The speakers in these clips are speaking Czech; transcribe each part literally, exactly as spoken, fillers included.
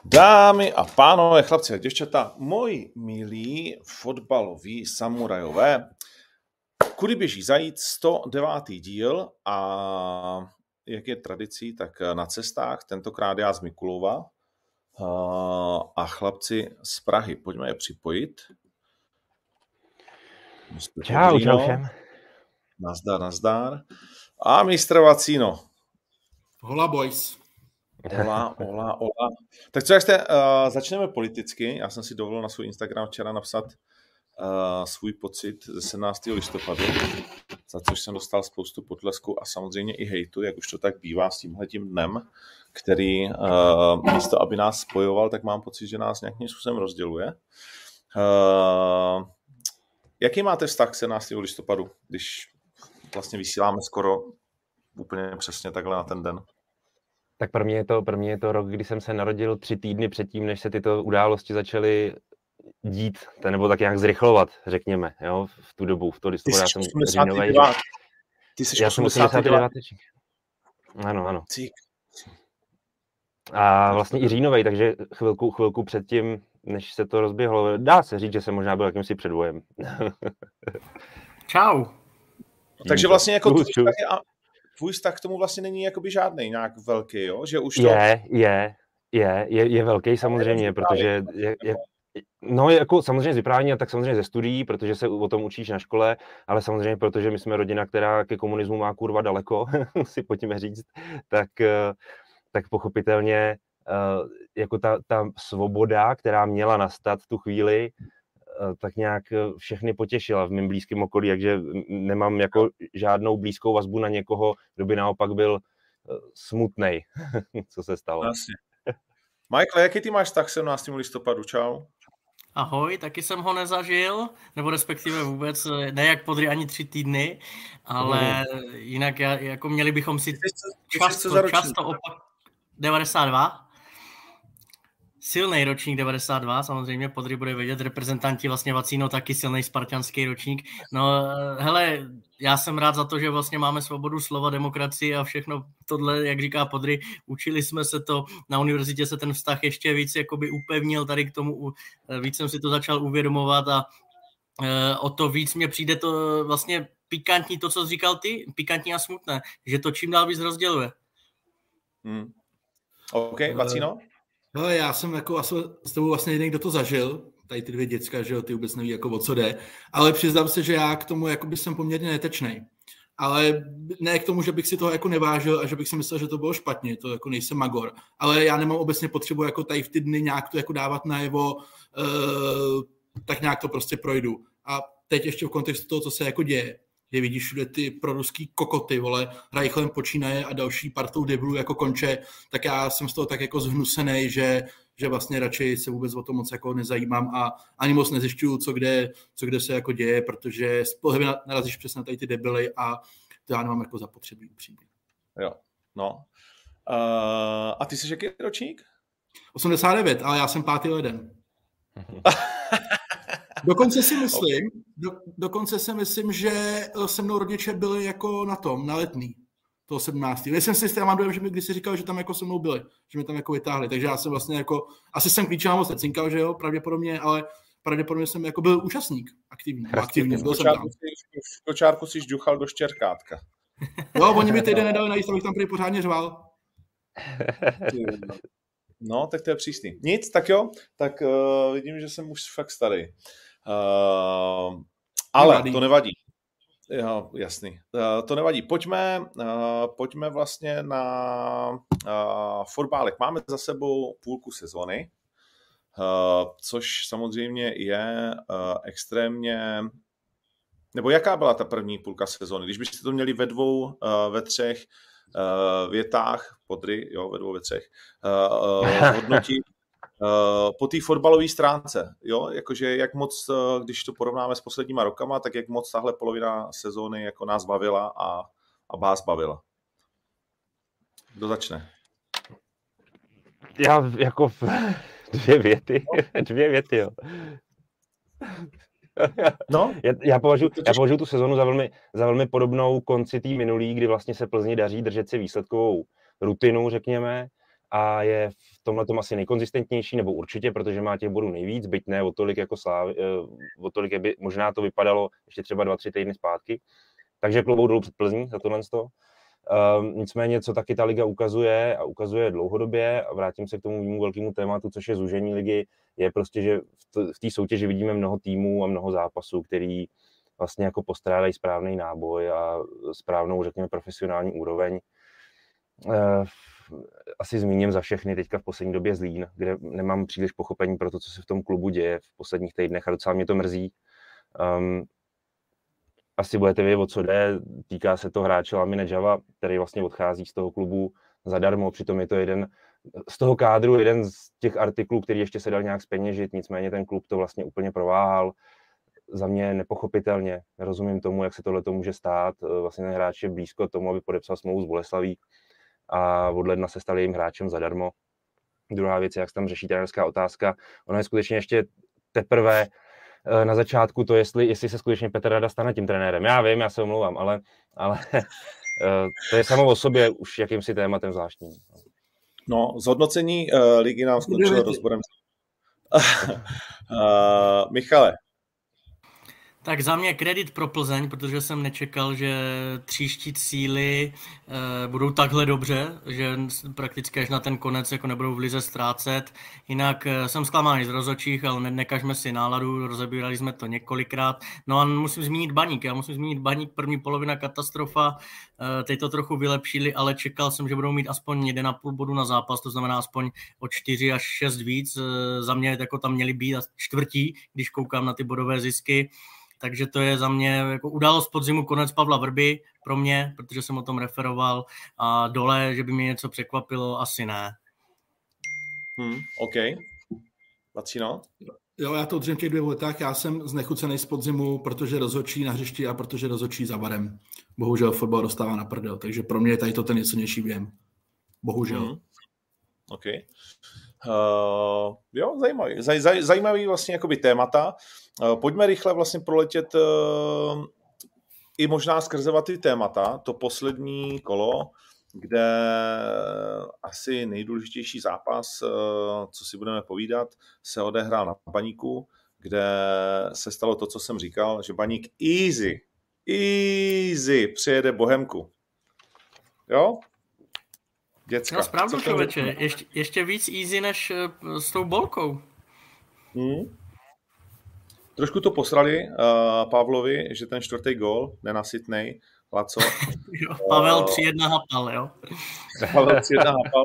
Dámy a pánové, chlapci a děvčata, moji milí fotbaloví samurajové, kudy běží zajít sto devátý díl a jak je tradicí, tak na cestách, tentokrát já z Mikulova a chlapci z Prahy. Pojďme je připojit. Čau, čau všem. Nazdar, nazdar. A mistr Vacíno. Hola boys. Hola, hola, hola. Tak co, jak jste, uh, začneme politicky. Já jsem si dovolil na svůj Instagram včera napsat uh, svůj pocit ze sedmnáctého listopadu, za což jsem dostal spoustu potlesku a samozřejmě i hejtu, jak už to tak bývá s tímhletím dnem, který uh, místo, aby nás spojoval, tak mám pocit, že nás nějakým způsobem rozděluje. Uh, jaký máte vztah k sedmnáctému listopadu, když vlastně vysíláme skoro úplně přesně takhle na ten den? Tak pro mě je to, pro mě je to rok, kdy jsem se narodil tři týdny předtím, než se tyto události začaly dít, nebo tak nějak zrychlovat, řekněme, jo, v tu dobu, v to listopadu. Já jsem říjnovej. Ty jsi Já jsem osmdesátý devátý Ano, ano. A vlastně i říjnovej, takže chvilku, chvilku předtím, než se to rozběhlo, dá se říct, že jsem možná byl jakýmsi předvojem. Čau. Takže vlastně jako tvůj vztah, je, tvůj vztah k tomu vlastně není jakoby žádnej nějak velký, jo? Že už to... Je, je, je, je, je velký samozřejmě, protože je, je, no jako samozřejmě z vyprávění a tak samozřejmě ze studií, protože se o tom učíš na škole, ale samozřejmě protože my jsme rodina, která ke komunismu má kurva daleko, si pojďme říct, tak, tak pochopitelně jako ta, ta svoboda, která měla nastat v tu chvíli, tak nějak všechny potěšila v mém blízkém okolí, takže nemám jako žádnou blízkou vazbu na někoho, kdo by naopak byl smutnej, co se stalo. Jasně. Michael, jaký ty máš vztah k sedmnáctému listopadu? Čau. Ahoj, taky jsem ho nezažil, nebo respektive vůbec ne jak podry ani tři týdny, ale mm. jinak jako měli bychom si často, často opak... devadesát dva Silný ročník devadesát dva, samozřejmě Podry bude vědět, reprezentanti vlastně Vacíno taky silný spartanský ročník. No hele, já jsem rád za to, že vlastně máme svobodu slova, demokracii a všechno tohle, jak říká Podry, učili jsme se to, na univerzitě se ten vztah ještě víc jakoby upevnil tady k tomu, víc jsem si to začal uvědomovat a e, o to víc mě přijde to vlastně pikantní, to, co jsi říkal ty, pikantní a smutné, že to čím dál víc rozděluje. Hmm. OK, Vacíno? Hele, já jsem jako asi s tebou vlastně jediný, kdo to zažil, tady ty dvě děcka, že jo, ty vůbec neví, jako o co jde, ale přiznám se, že já k tomu jakoby jsem poměrně netečnej. Ale ne k tomu, že bych si toho jako nevážil a že bych si myslel, že to bylo špatně, to jako nejsem magor, ale já nemám obecně potřebu jako tady v ty dny nějak to jako dávat najevo, uh, tak nějak to prostě projdu. A teď ještě v kontextu toho, co se jako děje, že vidíš všude ty proruský kokoty, vole, Reichlem počínaje a další partou debilů jako konče, tak já jsem z toho tak jako zhnusenej, že, že vlastně radši se vůbec o to moc jako nezajímám a ani moc nezjišťuju, co kde, co kde se jako děje, protože spohlivě narazíš přesně na tady ty debily a to já nemám jako zapotřebí upřímně. Jo, no. Uh, a ty jsi jaký ročník? osmdesát devět, ale já jsem pátý leden. Dokonce si myslím, do, dokonce si myslím, že se mnou rodiče byli jako na tom, na Letný, toho sedmnáctého Nejsem si jistý, já mám dojem, že mi když si říkal, že tam jako se mnou byli, že mi tam jako vytáhli, takže já jsem vlastně jako, asi jsem klíčem moc necinkal, že jo, pravděpodobně, ale pravděpodobně jsem jako byl účastník, aktivní, aktivní, byl jsem tam. V kočárku si žduchal do štěrkátka. Jo, oni mi týden nedali najíst, abych tam prý pořádně řval. No, tak to je přísný. Nic, tak jo, tak uh, vidím, že jsem už fakt starý. Uh, ale nevadí. To nevadí. Jo, jasný. Uh, to nevadí. Pojďme, uh, pojďme vlastně na uh, fotbálek. Máme za sebou půlku sezony, uh, což samozřejmě je uh, extrémně... Nebo jaká byla ta první půlka sezony? Když byste to měli ve dvou, uh, ve třech uh, větách, Podry, jo, ve dvou, ve třech, uh, uh, hodnotit Uh, po té fotbalové stránce, jo, jakože jak moc, uh, když to porovnáme s posledníma rokama, tak jak moc tahle polovina sezóny jako nás bavila a, a vás bavila. Kdo začne? Já jako dvě věty, dvě věty, jo. No, já, já, považuji, já považuji tu sezonu za velmi, za velmi podobnou konci té minulý, kdy vlastně se Plzni daří držet si výsledkovou rutinu, řekněme, a je v tomhle tom asi nejkonzistentnější, nebo určitě, protože má těch bodů nejvíc, byť ne o tolik jako Slávy, o tolik, by možná to vypadalo ještě třeba dva, tři týdny zpátky. Takže klobouk dolů před Plzní za tohle. Um, nicméně, co taky ta liga ukazuje a ukazuje dlouhodobě, a vrátím se k tomu mému velkému tématu, což je zúžení ligy, je prostě, že v té soutěži vidíme mnoho týmů a mnoho zápasů, který vlastně jako postrádají správný náboj a správnou, řekněme, profesionální úroveň. Uh, asi zmíním za všechny teďka v poslední době Zlín, kde nemám příliš pochopení pro to, co se v tom klubu děje v posledních týdnech a docela mě to mrzí. Um, asi budete vědět, o co jde. Týká se to hráče Lamine Java, který vlastně odchází z toho klubu zadarmo. Přitom je to jeden z toho kádru, jeden z těch artiklů, který ještě se dal nějak zpeněžit. Nicméně ten klub to vlastně úplně prováhal. Za mě nepochopitelně. Nerozumím tomu, jak se tohle to může stát. Vlastně ten hráč je blízko tomu, aby podepsal smlouvu s Boleslaví a od ledna se stal jejím hráčem zadarmo. Druhá věc je, jak se tam řeší trenérská otázka. Ona je skutečně ještě teprve na začátku to, jestli, jestli se skutečně Petr Rada stane tím trenérem. Já vím, já se omlouvám, ale, ale to je samo o sobě už jakýmsi tématem zvláštním. No, zhodnocení uh, ligy nám skončilo rozborem. uh, Michale. Tak za mě kredit pro Plzeň, protože jsem nečekal, že příští cíly e, budou takhle dobře, že prakticky až na ten konec jako nebudou v lize ztrácet. Jinak e, jsem zklamaný z rozhodčích, ale ne, nekažme si náladu, rozebírali jsme to několikrát. No a musím zmínit Baník, já musím zmínit Baník, první polovina katastrofa, e, teď to trochu vylepšili, ale čekal jsem, že budou mít aspoň jeden a půl bodu na zápas, to znamená aspoň o čtyři až šest víc. E, za mě jako tam měli být čtvrtí, když koukám na ty bodové zisky. Takže to je za mě jako událost podzimu, konec Pavla Vrby pro mě, protože jsem o tom referoval. A dole, že by mě něco překvapilo, asi ne. Hmm, OK. Lacino? Jo, já to udržím v těch dvou letách. Já jsem znechucený z podzimu, protože rozhodčí na hřišti a protože rozhodčí za barem. Bohužel fotbal dostává na prdel, takže pro mě je tady to ten nejsilnější během. Bohužel. Hmm. OK. Uh, jo, zajímavý. Zaj, zaj, zajímavý vlastně jakoby témata. Uh, pojďme rychle vlastně proletět uh, i možná skrzovat ty témata. To poslední kolo, kde asi nejdůležitější zápas, uh, co si budeme povídat, se odehrál na Baníku, kde se stalo to, co jsem říkal, že Baník easy, easy přijede Bohemku. Jo? Děcka. No správně, člověče. Ještě, ještě víc easy než uh, s tou bolkou. Hmm. Trošku to posrali uh, Pavlovi, že ten čtvrtý gól, nenasytnej, Laco. Jo, Pavel tři jedna hapal, jo? Pavel tři jedna hapal.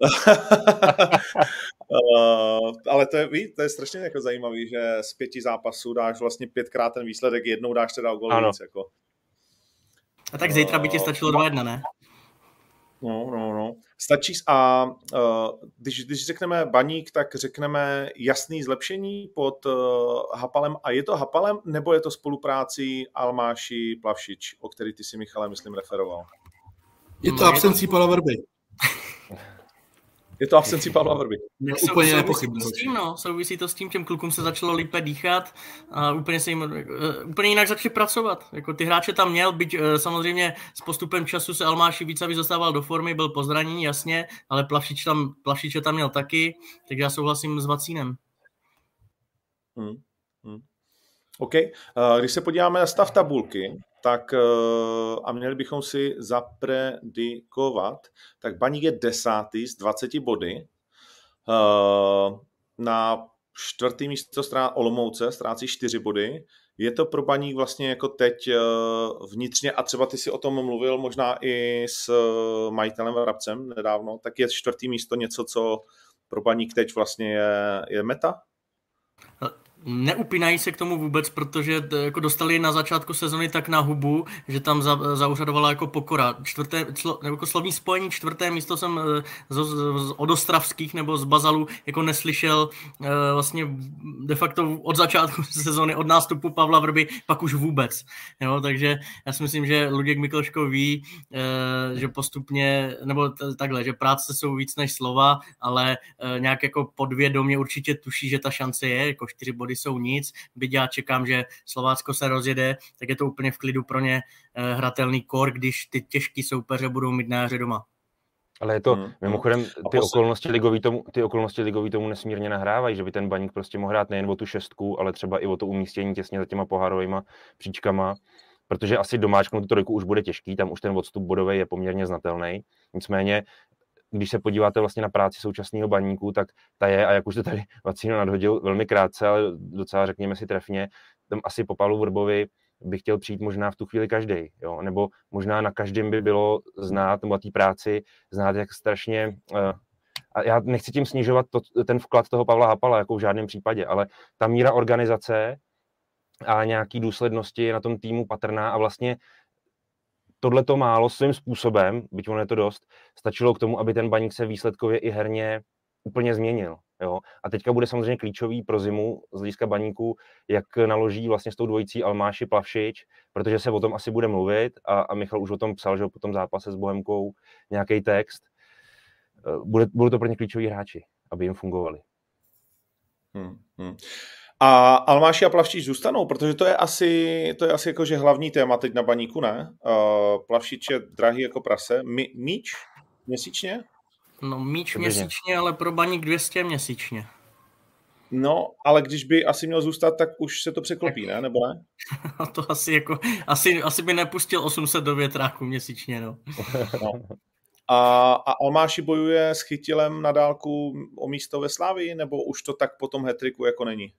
uh, ale to je, ví, to je strašně jako zajímavý, že z pěti zápasů dáš vlastně pětkrát ten výsledek, jednou dáš teda o gól víc. Jako. A tak zítra by ti stačilo dva jedna, ne? No, no, no. Stačí a uh, když, když řekneme Baník, tak řekneme jasný zlepšení pod uh, Hapalem. A je to Hapalem, nebo je to spoluprácí Almáši Plavšič, o který ty si, Michale, myslím, referoval? Je to absencí Pavla Vrby. Je to absencí Pavla Vrby. No, úplně nepochybný. No, souvisí to s tím, těm klukům se začalo lípe dýchat a úplně se jim uh, úplně jinak začali pracovat. Jako ty hráče tam měl, byť uh, samozřejmě s postupem času se Almáši víc a víc dostával do formy, byl po zranění, jasně, ale Plavšič tam, Plavšiče tam měl taky, takže já souhlasím s Vacínem. Hmm. Hmm. OK. Uh, když se podíváme na stav tabulky, tak a měli bychom si zapredikovat, tak Baník je desátý z dvaceti body. Na čtvrtý místo Olomouce ztrácí čtyři body. Je to pro Baník vlastně jako teď vnitřně, a třeba ty si o tom mluvil možná i s majitelem Vrabcem nedávno, tak je čtvrtý místo něco, co pro Baník teď vlastně je, je meta? Neupínají se k tomu vůbec, protože jako dostali na začátku sezony tak na hubu, že tam za, zauřadovala jako pokora. Čtvrté, slo, jako slovní spojení čtvrté místo jsem z, z, od Ostravských nebo z Bazalu jako neslyšel vlastně de facto od začátku sezony, od nástupu Pavla Vrby, pak už vůbec. Jo, takže já si myslím, že Luděk Mikloško ví, že postupně, nebo takhle, že práce jsou víc než slova, ale nějak jako podvědomě určitě tuší, že ta šance je, jako čtyři body jsou nic, byť já čekám, že Slovácko se rozjede, tak je to úplně v klidu pro ně hratelný kor, když ty těžký soupeře budou mít na jaře doma. Ale je to, hmm. mimochodem, ty okolnosti ligový tomu, ty okolnosti ligový tomu nesmírně nahrávají, že by ten Baník prostě mohl hrát nejen o tu šestku, ale třeba i o to umístění těsně za těma pohárovejma příčkama, protože asi domáčknout tu trojku už bude těžký, tam už ten odstup bodový je poměrně znatelný. Nicméně, když se podíváte vlastně na práci současného Baníku, tak ta je, a jak už to tady Vacíno nadhodil velmi krátce, ale docela řekněme si trefně, tam asi po Pavlu Vrbovi by chtěl přijít možná v tu chvíli každej, jo, nebo možná na každém by bylo znát, nebo té práci znát, jak strašně, uh, a já nechci tím snižovat to, ten vklad toho Pavla Hapala, jako v žádném případě, ale ta míra organizace a nějaký důslednosti je na tom týmu patrná a vlastně tohleto málo svým způsobem, byť ono je to dost, stačilo k tomu, aby ten Baník se výsledkově i herně úplně změnil. Jo? A teďka bude samozřejmě klíčový pro zimu z hlediska Baníku, jak naloží vlastně s tou dvojicí Almáši Plavšič, protože se o tom asi bude mluvit a, a Michal už o tom psal, že po tom zápase s Bohemkou nějaký text. Bude, budou to pro ně klíčoví hráči, aby jim fungovali. Hmm, hmm. A Almáši a Plavšič zůstanou, protože to je asi, to je asi jakože hlavní téma teď na Baníku, ne? Uh, Plavšič je drahý jako prase. Mi, míč měsíčně? No míč měsíčně, ale pro Baník dvě stě měsíčně. No, ale když by asi měl zůstat, tak už se to překlopí, ne? Nebo ne? To asi jako, asi, asi by nepustil osm set do větráku měsíčně, no. no. A, a Almáši bojuje s Chytilem na dálku o místo ve Slavii, nebo už to tak po tom hat-tricku jako není?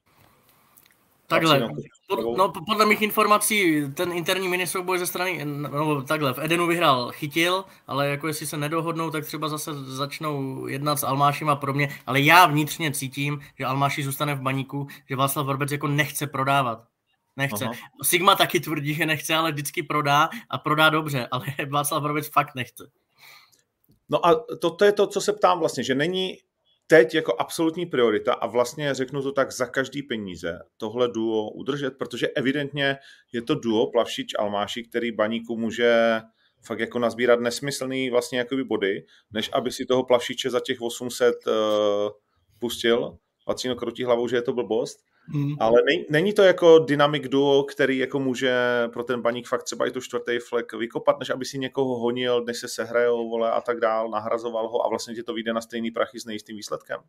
Takhle, pod, no, podle mých informací ten interní minisouboj ze strany, no takhle, v Edenu vyhrál Chytil, ale jako jestli se nedohodnou, tak třeba zase začnou jednat s Almášima pro mě, ale já vnitřně cítím, že Almáši zůstane v Baníku, že Václav Vrbec jako nechce prodávat. Nechce. Aha. Sigma taky tvrdí, že nechce, ale vždycky prodá a prodá dobře, ale Václav Vrbec fakt nechce. No a to, to je to, co se ptám vlastně, že není teď jako absolutní priorita a vlastně řeknu to tak za každý peníze tohle duo udržet, protože evidentně je to duo Plavšič Almáši, který Baníku může fakt jako nazbírat nesmyslný vlastně jakoby body, než aby si toho Plavšiče za těch osm set uh, pustil. Vacíno krutí hlavou, že je to blbost. Hmm. Ale není, není to jako dynamic duo, který jako může pro ten Baník fakt třeba i tu čtvrtý flek vykopat, než aby si někoho honil, než se sehrajou, vole, a tak dál, nahrazoval ho a vlastně ti to vyjde na stejný prachy s nejistým výsledkem.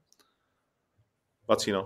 Vacíno.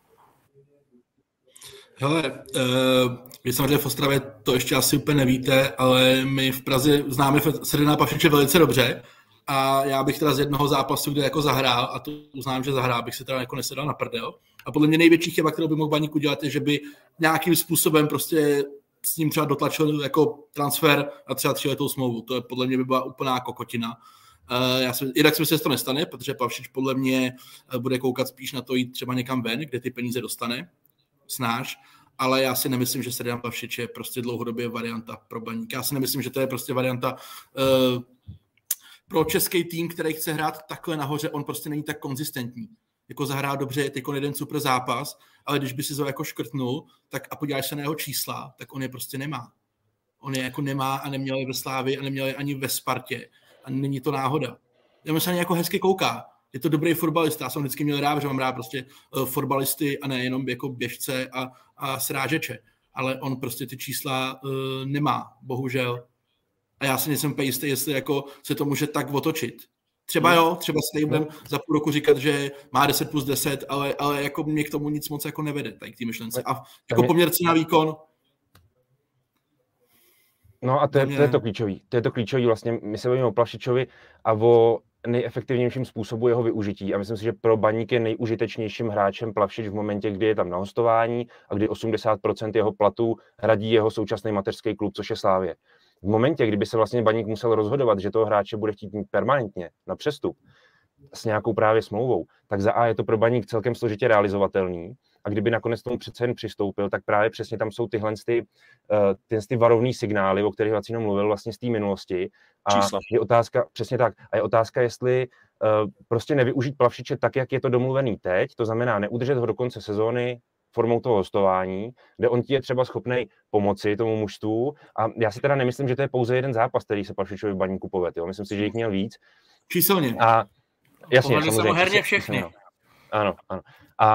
Hele, uh, vy samozřejmě v Ostravě to ještě asi úplně nevíte, ale my v Praze známe Ferdinanda Plavšiče velice dobře a já bych teda z jednoho zápasu, kde jako zahrál, a to uznám, že zahrál, bych se teda jako nesedal na prdel. A podle mě největší chyba, kterou by mohl Baník udělat, je, že by nějakým způsobem prostě s ním třeba dotlačil jako transfer a třeba tříletou smlouvu. To je podle mě by byla úplná kokotina. Uh, já si, jinak si myslím, že to nestane, protože Plavšič podle mě bude koukat spíš na to jít třeba někam ven, kde ty peníze dostane, snáš, ale já si nemyslím, že Serdan Plavšič je prostě dlouhodobě varianta pro Baník. Já si nemyslím, že to je prostě varianta uh, pro český tým, který chce hrát takhle nahoře, on prostě není tak konzistentní. Jako zahrál dobře, je teď jeden super zápas, ale když by si to jako škrtnul, tak a podíváš se na jeho čísla, tak on je prostě nemá. On je jako nemá a neměl je ve Slávii a neměl je ani ve Spartě. A není to náhoda. Já myslím, že jako hezky kouká. Je to dobrý fotbalista. Já jsem vždycky měl rád, že mám rád prostě uh, fotbalisty a nejenom jako běžce a, a srážeče. Ale on prostě ty čísla uh, nemá, bohužel. A já si nejsem jistý, jestli jako se to může tak otočit. Třeba jo, třeba s budem za půl roku říkat, že má deset plus deset, ale, ale jako mě k tomu nic moc jako nevede, tady k té myšlence. A jako poměr cena výkon. No a to je, to je to klíčový. To je to klíčový vlastně. My se bavíme o Plavšičovi a o nejefektivnějším způsobu jeho využití. A myslím si, že pro Baník je nejužitečnějším hráčem Plavšič v momentě, kdy je tam na hostování a kdy osmdesát procent jeho platu hradí jeho současný mateřský klub, což je Slavie. V momentě, kdyby se vlastně Baník musel rozhodovat, že toho hráče bude chtít mít permanentně na přestup s nějakou právě smlouvou, tak za A je to pro Baník celkem složitě realizovatelný a kdyby nakonec tomu přece jen přistoupil, tak právě přesně tam jsou tyhle ty, ty, ty varovný signály, o kterých Vacíno mluvil vlastně z té minulosti. A Čísla. je otázka, přesně tak, a je otázka, jestli uh, prostě nevyužít Plavšiče tak, jak je to domluvený teď, to znamená neudržet ho do konce sezóny formou toho hostování, kde on ti je třeba schopný pomoci tomu mužstvu. A já si teda nemyslím, že to je pouze jeden zápas, který se Plavšičovi v Baníku povedl. Myslím si, že jich měl víc. Číselně. A jasně, samozřejmě. Herně všechny. Ano, ano. A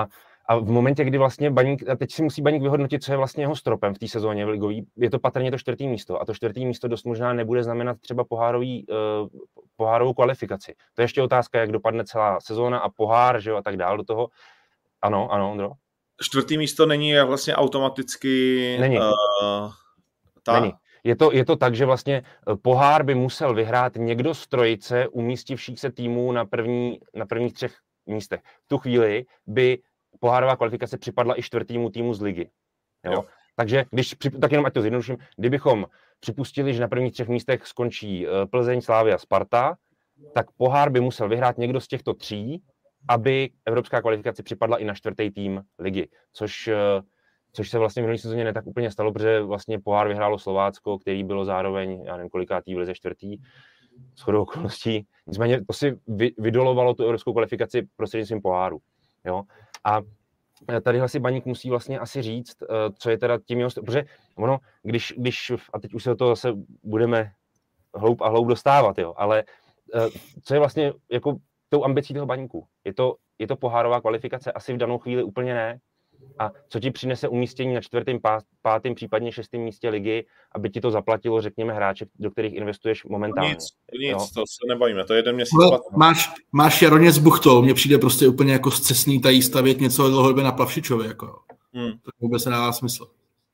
A v momentě, kdy vlastně Baník, a teď si musí Baník vyhodnotit, co je vlastně jeho stropem v té sezóně v ligový, je to patrně to čtvrtý místo. A to čtvrtý místo dost možná nebude znamenat třeba pohárový, uh, pohárovou kvalifikaci. To je ještě otázka, jak dopadne celá sezóna a pohár, že jo, a tak dál do toho. Ano, ano, Ondro. Čtvrtý místo není vlastně automaticky... Není. Uh, ta... Není. Je to, je to tak, že vlastně pohár by musel vyhrát někdo z trojice umístivších se týmů na, první, na prvních třech místech. V tu chvíli by pohárová kvalifikace připadla i čtvrtýmu týmu z ligy. Jo? Jo. Takže, když, tak jenom ať to zjednoduším, kdybychom připustili, že na prvních třech místech skončí Plzeň, Slavia, Sparta, tak pohár by musel vyhrát někdo z těchto tří, aby evropská kvalifikace připadla i na čtvrtý tým ligy, což, což se vlastně v minulý sezóně ne tak úplně stalo, protože vlastně pohár vyhrálo Slovácko, který bylo zároveň, já nevím, kolikátý v lize čtvrtý, shodou okolností. Nicméně to si vy, vydolovalo tu evropskou kvalifikaci prostřednictvím poháru. Jo? A tadyhle si Baník musí vlastně asi říct, co je teda tím jeho, protože ono, když, když, a teď už se do toho zase budeme hloub a hloub dostávat, jo, ale co je vlastně jako tou ambicí toho Baníku? Je to, je to pohárová kvalifikace? Asi v danou chvíli úplně ne. A co ti přinese umístění na čtvrtém, pátém, případně šestém místě ligy, aby ti to zaplatilo, řekněme, hráče, do kterých investuješ momentálně? Nic, nic, jo? To se nebavíme, to je jeden měsíc. No, máš, máš Jaroně s Buchtou, mně přijde prostě úplně jako zcestný tady stavět něco dlouhodobě na Plavšičovi, jako. Hmm. To vůbec nedává smysl.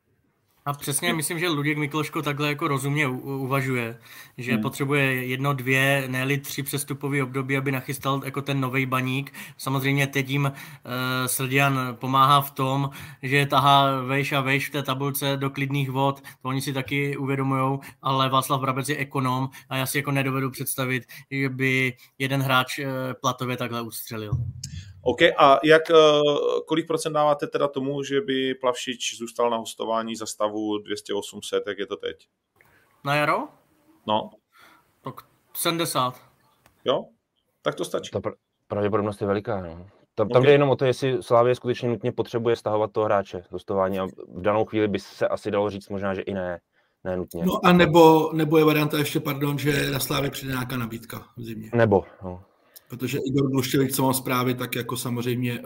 A přesně, myslím, že Luděk Mikloško takhle jako rozumně uvažuje, že hmm. potřebuje jedno, dvě, ne-li tři přestupové období, aby nachystal jako ten novej Baník. Samozřejmě teď jim uh, Srdian pomáhá v tom, že tahá vejš a vejš v té tabulce do klidných vod, to oni si taky uvědomujou, ale Václav Brabec je ekonom a já si jako nedovedu představit, že by jeden hráč uh, platově takhle ustřelil. OK, a jak, kolik procent dáváte teda tomu, že by Plavšič zůstal na hostování za stavu dvě stě osm set, jak je to teď? Na jaro? No. Tak sedmdesát. Jo? Tak to stačí. Ta pravděpodobnost je veliká. No. Tam, okay. tam jde jenom o to, jestli Slavia skutečně nutně potřebuje stahovat toho hráče z hostování a v danou chvíli by se asi dalo říct možná, že i ne, ne nutně. No a nebo, nebo je varianta ještě, pardon, že na Slávě přijde nějaká nabídka v zimě. Nebo, no. Protože Igor Gluščevič, co mám zprávy, tak jako samozřejmě uh,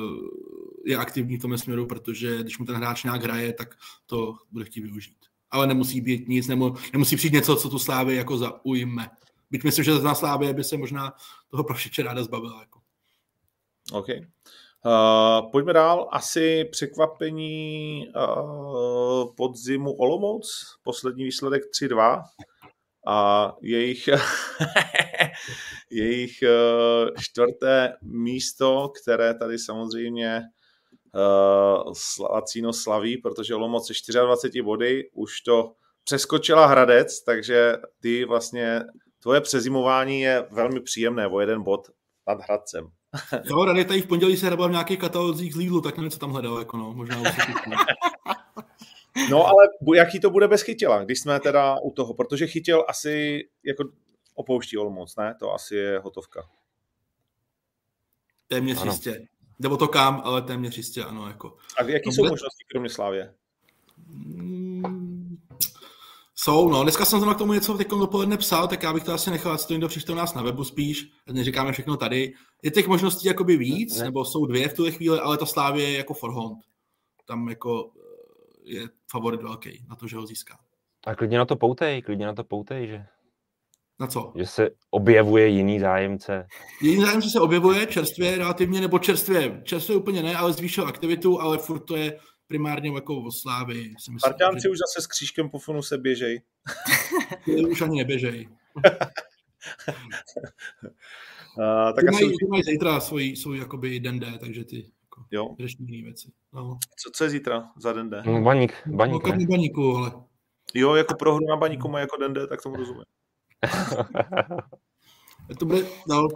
je aktivní v tom směru, protože když mu ten hráč nějak hraje, tak to bude chtít využít. Ale nemusí být nic, nemu, nemusí přijít něco, co tu Slávy jako zaujme. Byť myslím, že na Slávě by se možná toho Plavšiče ráda zbavila. Jako. OK. Uh, pojďme dál. Asi překvapení uh, podzimu Olomouc. Poslední výsledek tři dva. A jejich, jejich čtvrté místo, které tady samozřejmě uh, Slacino slaví, protože Olomouc je dvacet čtyři body, už to přeskočila Hradec, takže ty vlastně, tvoje přezimování je velmi příjemné, o jeden bod nad Hradcem. Jo, Radek tady v pondělí se hrabal v nějakých katalozích z Lidlu, tak nevím, co tam hledal, jako no, možná No, ale jaký to bude bez Chytila, když jsme teda u toho, protože Chytil asi jako opouští Olomouc, ne? To asi je hotovka. Téměř jistě. Nebo to kam, ale téměř jistě, ano. Jako. A jaký no, jsou bude... možnosti kromě Slávě? Mm, jsou, no. Dneska jsem tam k tomu něco teď dopoledne psal, tak já bych to asi nechal, ať to někdo přečte u nás na webu spíš. Neříkáme všechno tady. Je těch možností jakoby víc, ne. nebo jsou dvě v tuhle chvíli, ale ta Slávě je jako forehand. Tam jako je favorit velký na to, že ho získá. A klidně na to poutej, klidně na to poutej, že... Na co? Že se objevuje jiný zájemce. Jiný zájemce se objevuje čerstvě relativně, nebo čerstvě, čerstvě úplně ne, ale zvýšil aktivitu, ale furt to je primárně jako o Slávy. Spartánci že... už zase s křížkem po fonu se běžej. Už ani neběžej. uh, tak ty, asi mají, už... ty mají zítra svůj, svůj jakoby den D, takže ty jo. řešení jiné věci. No. Co, co je zítra za den D? No, baník, baník, no, baníku, ale... Jo, jako pro hru na Baníku má jako den D, tak tomu rozumím. to bude, no.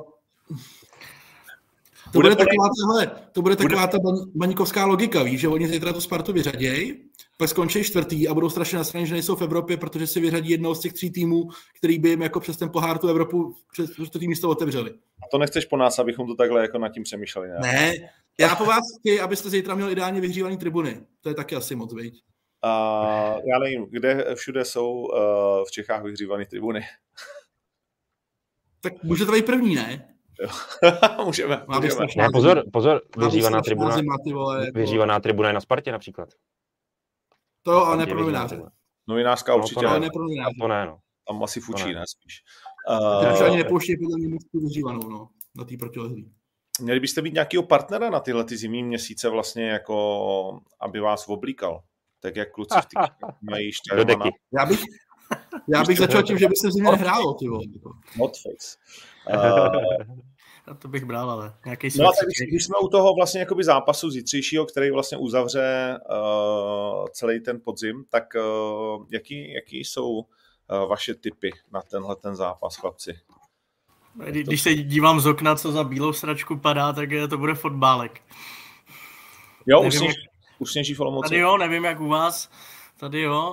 To bude, bude taková, tahle, to bude taková bude... ta baníkovská logika, víš, že oni zítra tu Spartu vyřadějí, pak skončí čtvrtý a budou strašně nasraní, že nejsou v Evropě, protože si vyřadí jednoho z těch tří týmů, který by jim jako přes ten pohár tu Evropu přes čtvrtý místo otevřeli. A to nechceš po nás, abychom to takhle jako nad tím přemýšleli, ne? Ne, já po vás chci, abyste zítra měli ideálně vyhřívaný tribuny. To je taky asi moc, viď? Uh, já nevím, kde všude jsou uh, v Čechách vyhřívané tribuny. Tak může to být první, ne? můžeme, můžeme. Ne, pozor, pozor, vyřívaná tribuna, vyřívaná tribuna je na Spartě například. To jo, ale ne pro novináře. Novinářská no, určitě. To ne, ne pro novináře. To ne, no. Tam asi fučí, ne, spíš. Uh, už ani nepouští podle mě moc vyřívanou, no, na té protilehlý. Měli byste být nějakýho partnera na tyhle ty zimní měsíce vlastně, jako aby vás oblíkal. Tak jak kluci v těch mají štajrmana. Já bych, já bych začal tím, že by se v zimě nehrálo, ty vole. Notface. Uh, to bych bral, ale nějaký No a tak když, když jsme u toho vlastně jakoby zápasu zítřejšího, který vlastně uzavře uh, celý ten podzim, tak uh, jaký, jaký jsou uh, vaše tipy na tenhle ten zápas, chlapci? Když, když se dívám z okna, co za bílou sračku padá, tak to bude fotbálek. Jo, nevím, už, jak... už sněží v Olomouci. Tady jo, nevím jak u vás. Tady jo.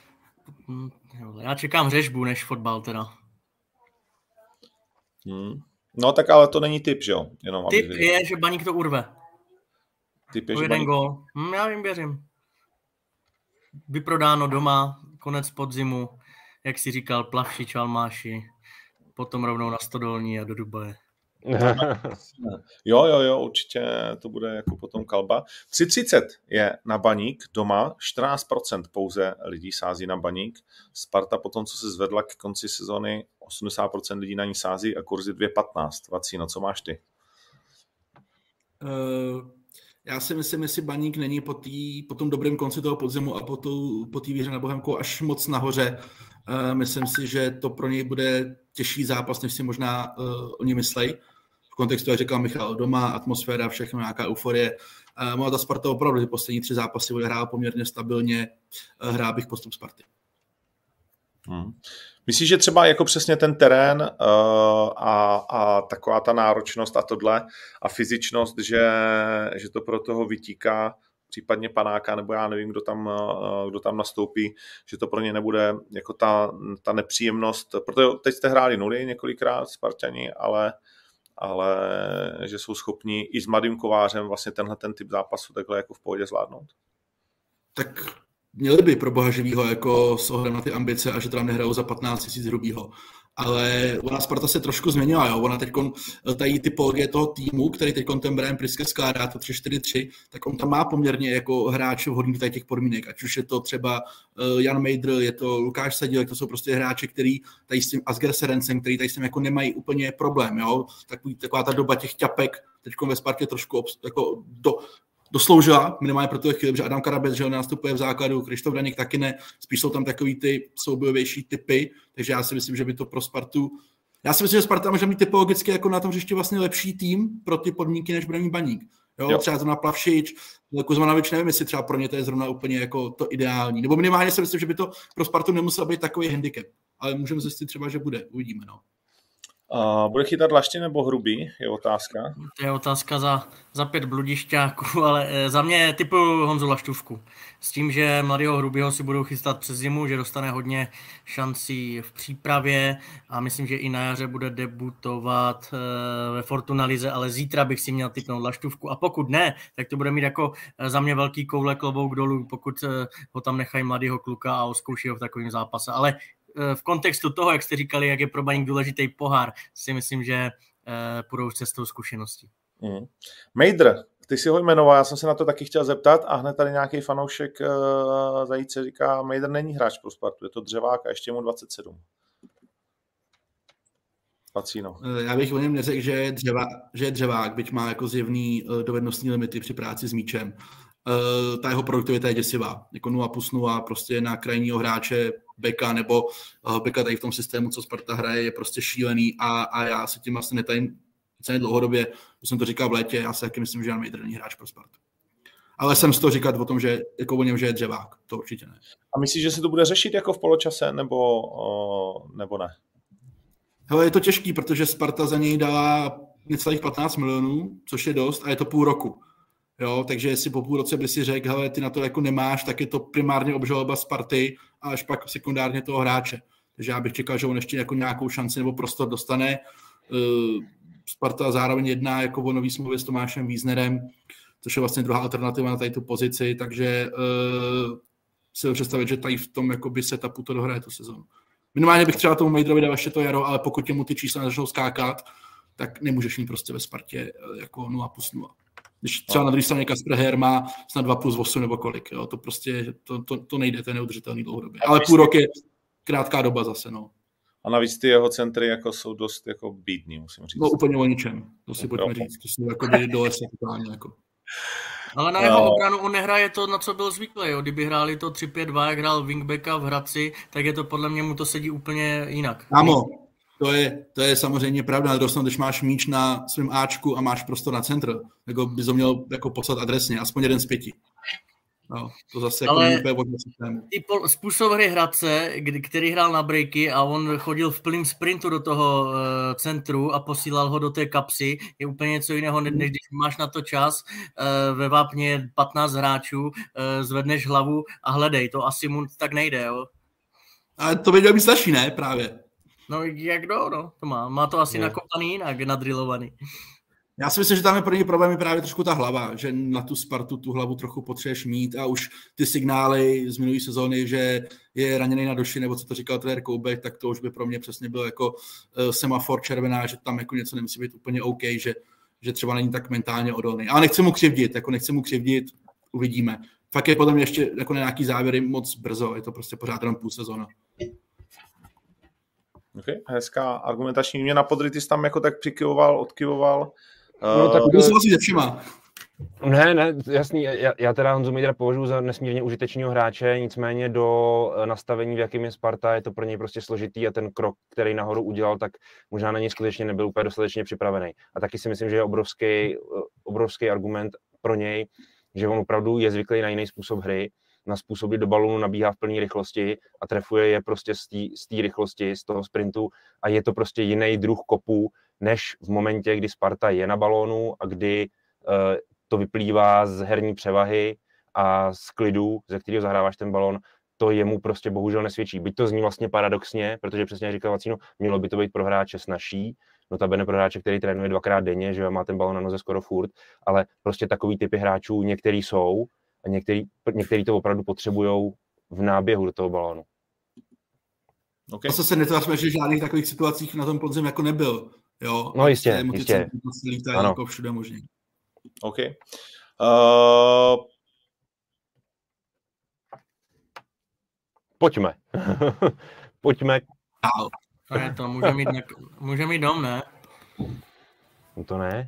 Já čekám řežbu než fotbal teda. Hmm. No tak ale to není tip, že jo? Jenom tip je, že Baník to urve. Tip je, to že jeden Baník... gól. Hm, já jim věřím. Vyprodáno doma, konec podzimu, jak si říkal, Plavšič, Almáši, potom rovnou na Stodolní a do Dubaje. Jo, jo, jo, určitě to bude jako potom kalba. tři třicet je na Baník doma, čtrnáct procent pouze lidí sází na Baník. Sparta potom, co se zvedla k konci sezony, osmdesát procent lidí na ní sází a kurzy dvě patnáct. Vacíno, co máš ty? Uh, já si myslím, jestli Baník není po, tý, po tom dobrém konci toho podzimu a po, tu, po té výhře na Bohemku až moc nahoře. Uh, myslím si, že to pro něj bude těžší zápas, než si možná uh, oni myslej. V kontextu, jak říkal Michal, doma, atmosféra, všechno, nějaká euforie. Uh, Má ta Sparta opravdu, ty poslední tři zápasy odehrál poměrně stabilně. Uh, hrál bych postup Sparty. Hmm. Myslíš, že třeba jako přesně ten terén uh, a, a taková ta náročnost a tohle a fyzičnost, že, že to pro toho vytíká, případně Panáka, nebo já nevím, kdo tam, uh, kdo tam nastoupí, že to pro ně nebude jako ta, ta nepříjemnost, protože teď jste hráli nuly několikrát Spartani, ale, ale že jsou schopni i s Mladým Kovářem vlastně tenhle ten typ zápasu takhle jako v pohodě zvládnout? Tak měli by pro boha živýho jako s ohledem na ty ambice a že tam nehrajou za patnáct tisíc hrubýho. Ale ona Sparta se trošku změnila, jo. Ona teď tady typologie toho týmu, který teď ten Brian Priske skládá to tři čtyři tři, tak on tam má poměrně jako hráče vhodných tady těch podmínek. Ať už je to třeba Jan Mejdr, je to Lukáš Sadílek, to jsou prostě hráči, který tady s tím Asger Serencem, který tady s tím jako nemají úplně problém, jo. Takový, taková ta doba těch ťapek teď ve Spartě trošku jako do dosloužila, minimálně pro tuhle chvíli, že Adam Karabec, že on nastupuje v základu, Krištof Daněk taky ne, spíš jsou tam takový ty soubojovější typy, takže já si myslím, že by to pro Spartu, já si myslím, že Sparta může mít typologicky jako na tom hřišti vlastně lepší tým pro ty podmínky, než bude mít Baník. Jo, jo. Třeba zrovna Plavšič, Kuzmanovič, nevím, jestli třeba pro ně to je zrovna úplně jako to ideální, nebo minimálně si myslím, že by to pro Spartu nemusel být takový handicap, ale můžeme zjistit třeba, že bude, uvidíme, no. Uh, bude chytat Lašty nebo Hrubý, je otázka. To je otázka za, za pět bludišťáků, ale e, za mě typuju Honzu Laštůvku. S tím, že mladého Hrubýho si budou chystat přes zimu, že dostane hodně šancí v přípravě a myslím, že i na jaře bude debutovat e, ve Fortuna lize, ale zítra bych si měl tipnout Laštůvku a pokud ne, tak to bude mít jako e, za mě velký koule klobouk dolů, pokud e, ho tam nechají mladého kluka a oskouší ho v takovém zápase. Ale v kontextu toho, jak jste říkali, jak je pro Baník důležitý pohár, si myslím, že uh, půjdou cestou zkušeností. Mm. Mejdr, ty si ho jmenoval, já jsem se na to taky chtěl zeptat a hned tady nějaký fanoušek uh, Zajíce říká, Mejdr není hráč pro Spartu, je to dřevák a ještě mu dvacet sedm. Pacíno. Já bych o něm neřekl, že je, dřeva, že je dřevák, byť má jako zjevný uh, dovednostní limity při práci s míčem. Uh, ta jeho produktivita je děsivá. Jako nula plus nula, prostě na krajního hráče beka nebo uh, beka tady v tom systému, co Sparta hraje, je prostě šílený a, a já se tím vlastně netajím celé dlouhodobě, už jsem to říkal v létě, já si taky myslím, že Jan Mejdr není hráč pro Spartu. Ale jsem z toho říkat o tom, že jako o něm, že je dřevák, to určitě ne. A myslíš, že se to bude řešit jako v poločase, nebo, uh, nebo ne? Hele, je to těžký, protože Sparta za něj dala necelých patnáct milionů, což je dost a je to půl roku. Jo, takže jestli po půl roce by si řekl, hele, ty na to jako nemáš, tak je to primárně obžaloba Sparty a až pak sekundárně toho hráče. Takže já bych čekal, že on ještě jako nějakou šanci nebo prostor dostane. Sparta zároveň jedná jako o nový smlouvě s Tomášem Wiesnerem, což je vlastně druhá alternativa na tady tu pozici, takže uh, si představit, že tady v tom jakoby setupu to dohraje tu sezonu. Minimálně bych třeba tomu Mejdrovi dal ještě to jaro, ale pokud mu ty čísla nezačnou skákat, tak nemůžeš mít prostě ve Spartě jako nula plus nula. Když třeba na druhé straně Kasper Heyer má snad dva plus osm nebo kolik, jo, to prostě, to, to, to nejde, to je neudržitelný dlouhodobě. Ale půl rok je krátká doba zase, no. A navíc ty jeho centry jako jsou dost jako bídný, musím říct. No úplně o ničem, to si pojďme říct, to jsou jako by do lesa totálně jako. Ale na jeho obranu on nehraje to, na co byl zvyklý, jo. Kdyby hráli to tři pět dva, jak hrál wingbacka v Hradci, tak je to podle mě mu to sedí úplně jinak. Kámo, to je, to je samozřejmě pravda, na druhou stranu, když máš míč na svém Ačku a máš prostor na centr, jako bys ho měl jako poslat adresně, aspoň jeden z pěti. No, to zase jako ale úplně vodní systému. I pol, způsob hry Hradce, kdy, který hrál na breaky a on chodil v plném sprintu do toho uh, centru a posílal ho do té kapsy, je úplně něco jiného, než když máš na to čas, uh, ve vápně patnáct hráčů, uh, zvedneš hlavu a hledej, to asi mu tak nejde, jo. Ale to by mělo být starší, ne? Právě. No jak kdo, no, to má. Má to asi no. nakopaný jinak, nadrilovaný. Já si myslím, že tam je pro něj problém je právě trošku ta hlava, že na tu Spartu tu hlavu trochu potřebuješ mít a už ty signály z minulé sezóny, že je raněný na doši, nebo co to říkal trenér Koubek, tak to už by pro mě přesně byl jako uh, semafor červená, že tam jako něco nemusí být úplně OK, že, že třeba není tak mentálně odolný. Ale nechci mu křivdit, jako nechci mu křivdit, uvidíme. Fakt je podle mě ještě jako na nějaký závěry moc brzo, je to prostě pořád jenom půl sezóna. Okay. Hezká argumentační mě na Podry, ty jsi tam jako tak přikyvoval, odkyvoval. No, tak uh, souhlasí se všima. Ne, ne, jasný, já, já teda Honzu Mejdra považuji za nesmírně užitečného hráče, nicméně do nastavení, v jakém je Sparta, je to pro něj prostě složitý a ten krok, který nahoru udělal, tak možná na něj skutečně nebyl úplně dostatečně připravený. A taky si myslím, že je obrovský, obrovský argument pro něj, že on opravdu je zvyklý na jiný způsob hry, na způsob, kdy do balónu nabíhá v plné rychlosti a trefuje je prostě z té rychlosti, z toho sprintu a je to prostě jiný druh kopů, než v momentě, kdy Sparta je na balónu a kdy uh, to vyplývá z herní převahy a z klidu, ze kterého zahráváš ten balón, to jemu prostě bohužel nesvědčí. Byť to zní vlastně paradoxně, protože přesně jak říkal Vacíno, mělo by to být pro hráče snazší, notabene pro hráče, který trénuje dvakrát denně, že má ten balón na noze skoro furt, ale prostě takový typy hráčů některý jsou a některý, některý to opravdu potřebujou v náběhu do toho balónu. Okay. To se netvářme, že žádných takových situacích na tom podzim jako nebyl. Jo? No jistě, jistě. Ano. Jako všude možně. OK. Uh... Pojďme. Pojďme. To je to, může mít, nek- může mít dom, ne? No to ne.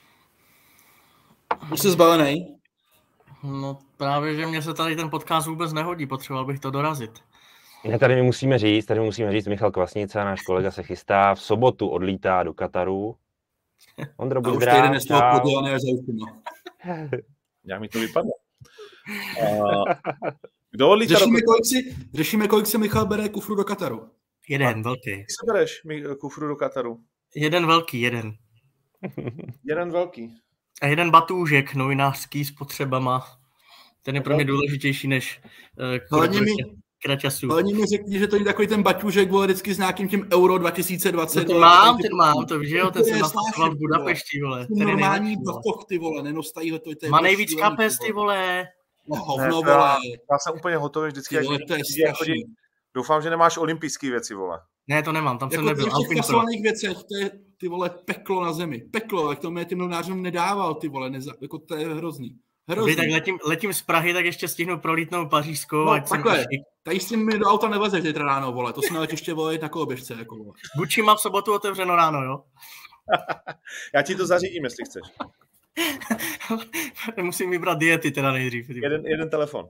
Už jsi zbalený? No právě, že mě se tady ten podcast vůbec nehodí, potřeboval bych to dorazit. Ne, tady my musíme říct, tady musíme říct, Michal Kvasnica, náš kolega se chystá, v sobotu odlítá do Kataru. Ondro, buď zdrav. A už týden podělaný až za účinu. Jak mi to vypadlo. Uh, kdo odlítá řešíme, do... kolik si, řešíme, kolik si Michal bere kufru do Kataru. Jeden, velký. Jak se bereš kufru do Kataru? Jeden velký, jeden. Jeden velký. A jeden batůžek novinářský s potřebama. Ten je pro mě důležitější než uh, kraťasů. Ale mi řekni, že to je takový ten batůžek, vole, vždycky s nějakým tím Euro dva tisíce dvacet. No to mám, ten mám, to víš, jo, ten jsem nastoval v Budapešti, vole. Normální batoh, ty vole, nenostají ho to. to má nejvíc kapes, ty vole. No hovno, vole. Já jsem úplně hotový vždycky. Ty vole, to je strašný. Doufám, že nemáš olympijský věci, vole. Ne, to nemám, tam jako jsem nebyl. Jako v těch fasovaných věcech, to je, ty vole, peklo na zemi. Peklo, jak to mě těm novinářům nedával, ty vole, neza, jako to je hrozný. Hrozný. Tak letím, letím z Prahy, tak ještě stihnu prolítnout Pařížskou. No, takhle, tady s tím mi do auta nevlezeš zítra ráno, vole, to si na letiště vole na koloběžce, jako vole. Gucci má v sobotu otevřeno ráno, jo? Já ti to zařídím, jestli chceš. Musím vybrat diety teda nejdřív. Jeden, jeden telefon.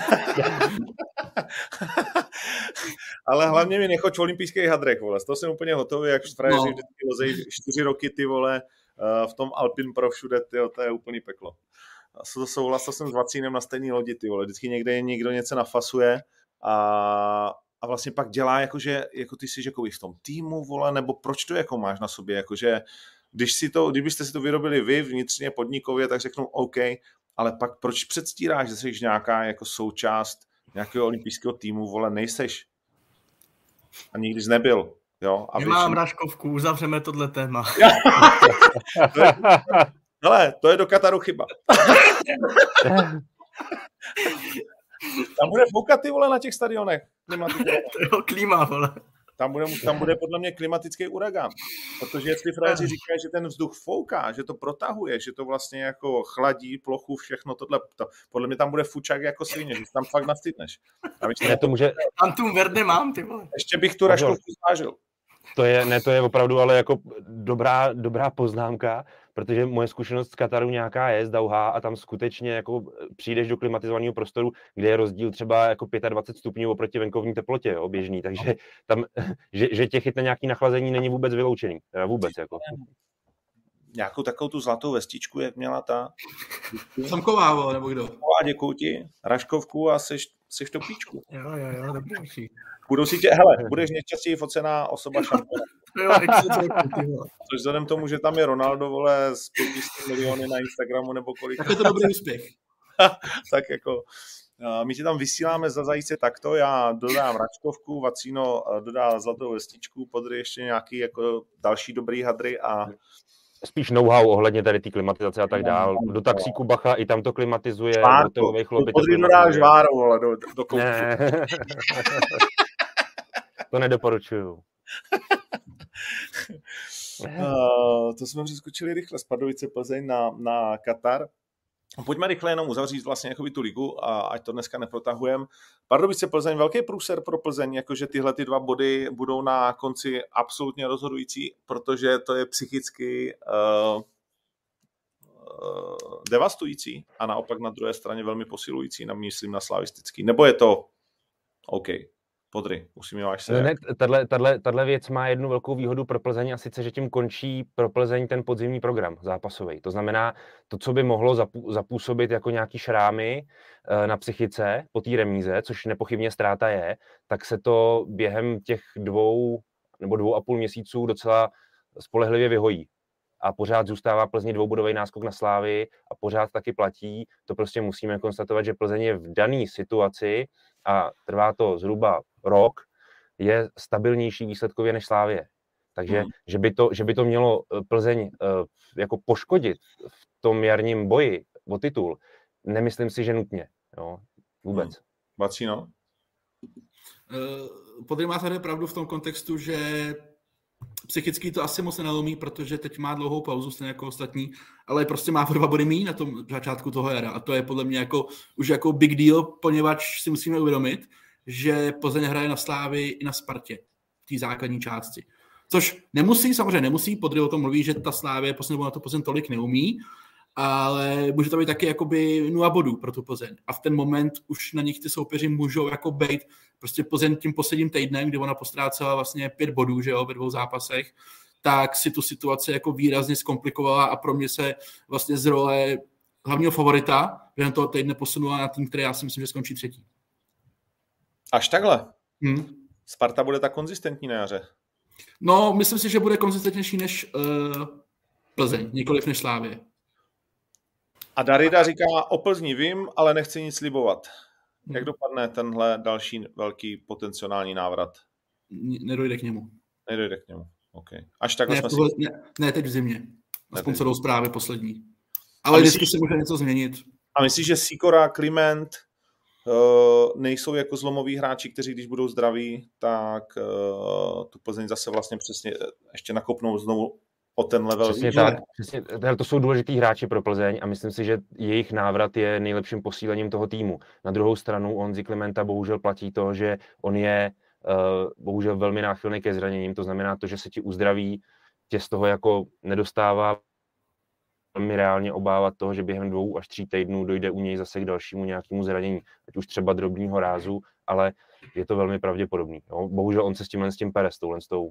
Ale hlavně mi nechoď v olympijských hadrech, vole. Z toho jsem úplně hotový, jak frajeři no. vždycky lozej čtyři roky, ty vole, v tom Alpin Pro všude, tyjo, to je úplný peklo. A souhlasil jsem s Vacínem na stejný lodi, ty vole. Vždycky někde někdo něco nafasuje a, a vlastně pak dělá, jakože, jako ty jsi jako v tom týmu, vole, nebo proč to jako máš na sobě, jakože když si to, kdybyste si to vyrobili vy vnitřně podnikově, tak řeknu OK, ale pak proč předstíráš, že jsi nějaká jako součást nějakého olympijského týmu, vole, nejseš. A nikdy jsi nebyl. Jo? A nemám většinou... Raškovku, uzavřeme tohle téma. to je, hele, to je do Kataru chyba. Tam bude foukat, ty vole, na těch stadionech. To je klíma, vole. Tam bude, tam bude podle mě klimatický uragán, protože jestli frajeři říkají, že ten vzduch fouká, že to protahuje, že to vlastně jako chladí plochu, všechno tohle, to, podle mě tam bude fučák jako svině, že tam fakt nastydneš. Ne, to může... Tam tu Verde mám, ty vole. Ještě bych tu raškovku zvážil. To je, ne, to je opravdu ale jako dobrá, dobrá poznámka, protože moje zkušenost z Kataru nějaká je z Dauhá a tam skutečně jako přijdeš do klimatizovaného prostoru, kde je rozdíl třeba jako dvacet pět stupňů oproti venkovní teplotě, jo, běžný, takže tam, že, že tě chytne nějaký nachlazení není vůbec vyloučený, vůbec jako. Nějakou takovou tu zlatou vestičku, jak měla ta... Samková, nebo kdo? Děkuju ti, raškovku a seš, seš to píčku. Jo, jo, jo, dobrý. Budou si tě, hele, budeš nejčastěji focená osoba šampiona. Což vzhledem tomu, že tam je Ronaldo, vole, z pět set miliony na Instagramu nebo kolik. Tak je to dobrý úspěch. Tak jako, my ti tam vysíláme za zajíce takto, já dodám račkovku, Vacíno dodá zlatou vestičku, Podry ještě nějaký jako další dobrý hadry a... Spíš know-how ohledně tady té klimatizace a tak dál. Do taxíku bacha, i tam to klimatizuje. Žvár, do toho chlopy to Podry dodá žvár, vole, do, do koupu. Ne. To nedoporučuju. Uh, to jsme přeskočili rychle z Pardubice Plzeň na, na Katar. Pojďme rychle jenom uzavřít vlastně jakoby tu ligu, a ať to dneska neprotahujeme. Pardubice Plzeň, velký průser pro Plzeň, jakože tyhle ty dva body budou na konci absolutně rozhodující, protože to je psychicky uh, uh, devastující a naopak na druhé straně velmi posilující, na myslím na slavistický. Nebo je to OK? Podry, usmíváš se. Ne, tahle věc má jednu velkou výhodu pro Plzeň a sice, že tím končí pro Plzeň ten podzimní program zápasový. To znamená, to, co by mohlo zapůsobit jako nějaký šrámy na psychice po té remíze, což nepochybně ztráta je, tak se to během těch dvou nebo dvou a půl měsíců docela spolehlivě vyhojí. A pořád zůstává Plzni dvoubodový náskok na Slávy a pořád taky platí. To prostě musíme konstatovat, že Plzeň je v dané situaci a trvá to zhruba rok, je stabilnější výsledkově než Slávie. Takže, hmm. že, by to, že by to mělo Plzeň uh, jako poškodit v tom jarním boji o titul, nemyslím si, že nutně. Jo? Vůbec. Hmm. Vacíno? Uh, Podry má tady pravdu v tom kontextu, že psychicky to asi moc nenalomí, protože teď má dlouhou pauzu, stejně jako ostatní, ale prostě má dva body míň na tom začátku toho jara a to je podle mě jako, už jako big deal, poněvadž si musíme uvědomit, že Plzeň hraje na Slávii i na Spartě v té základní části. Což nemusí, samozřejmě nemusí, Podry o tom mluví, že ta Slávie posledně na to Plzeň tolik neumí, ale může to být taky jakoby nula bodů pro tu Plzeň. A v ten moment už na nich ty soupeři můžou jako bejt prostě Plzeň tím posledním týdnem, kdy ona postrácela vlastně pět bodů, že jo, ve dvou zápasech, tak si tu situaci jako výrazně zkomplikovala a pro mě se vlastně z role hlavního favorita během toho týdne posunula na tým, který já si myslím, že skončí třetí. Až takhle? Hmm. Sparta bude tak konzistentní na jaře? No, myslím si, že bude konzistentnější než uh, Plzeň, nikoliv než Slávie. A Darida říká, o Plzni vím, ale nechci nic slibovat. Hmm. Jak dopadne tenhle další velký potenciální návrat? Nedojde k němu. Nedojde k němu, OK. Až takhle ne, jsme tohle, si... ne, ne, teď v zimě. Aspoň co jdou zprávy poslední. Ale myslíš, vždycky se může něco změnit. A myslíš, že Sikora, Kliment uh, nejsou jako zlomoví hráči, kteří když budou zdraví, tak uh, tu Plzeň zase vlastně přesně ještě nakopnou znovu o ten level. Přesně tak. Přesně, to jsou důležitý hráči pro Plzeň a myslím si, že jejich návrat je nejlepším posílením toho týmu. Na druhou stranu Honzi Klimenta bohužel platí to, že on je uh, bohužel velmi náchylný ke zraněním. To znamená to, že se ti uzdraví, tě z toho jako nedostává velmi reálně obávat toho, že během dvou až tří týdnů dojde u něj zase k dalšímu nějakému zranění, ať už třeba drobného rázu, ale je to velmi pravděpodobný. Jo? Bohužel on se s tímhle s tím pere, s touhle s tou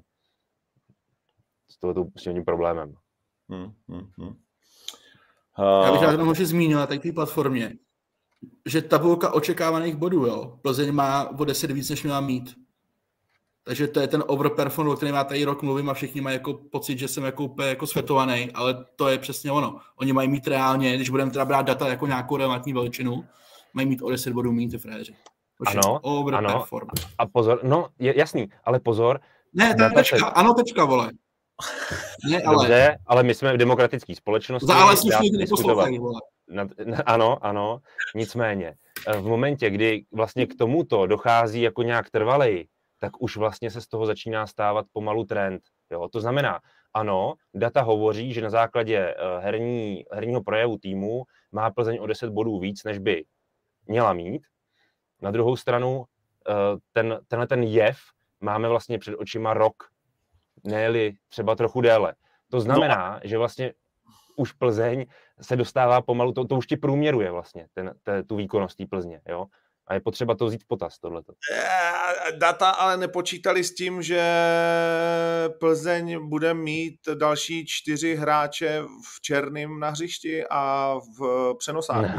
s touto s tím problémem. Hmm, hmm, hmm. Uh... Já bych rád jenom zmínil na té platformě, že tabulka očekávaných bodů, jo, Plzeň má o deset víc, než měla mít. Takže to je ten overperform, o kterém já tady rok mluvím a všichni mají jako pocit, že jsem jako úplně jako světovaný, ale to je přesně ono. Oni mají mít reálně, když budeme teda brát data jako nějakou relevantní veličinu, mají mít o deset bodů mít ty frajeři. Ano, ano. A pozor, no je jasný, ale pozor. Ne, ta tečka, se... ano tečka, vole. Ne, ale... Dobře, ale my jsme v demokratické společnosti. Za ale slušně neposlouchají, vole. Na, na, ano, ano, nicméně. V momentě, kdy vlastně k tomuto dochází jako nějak trvalej, tak už vlastně se z toho začíná stávat pomalu trend. Jo? To znamená, ano, data hovoří, že na základě herní, herního projevu týmu má Plzeň o deset bodů víc, než by měla mít. Na druhou stranu, ten, tenhle ten jev máme vlastně před očima rok, ne-li třeba trochu déle. To znamená, no. že vlastně už Plzeň se dostává pomalu, to, to už ti průměruje vlastně, ten, te, tu výkonnost té Plzně, jo? A je potřeba to vzít v potaz, tohleto. Data ale nepočítali s tím, že Plzeň bude mít další čtyři hráče v černém na hřišti a v přenosáku.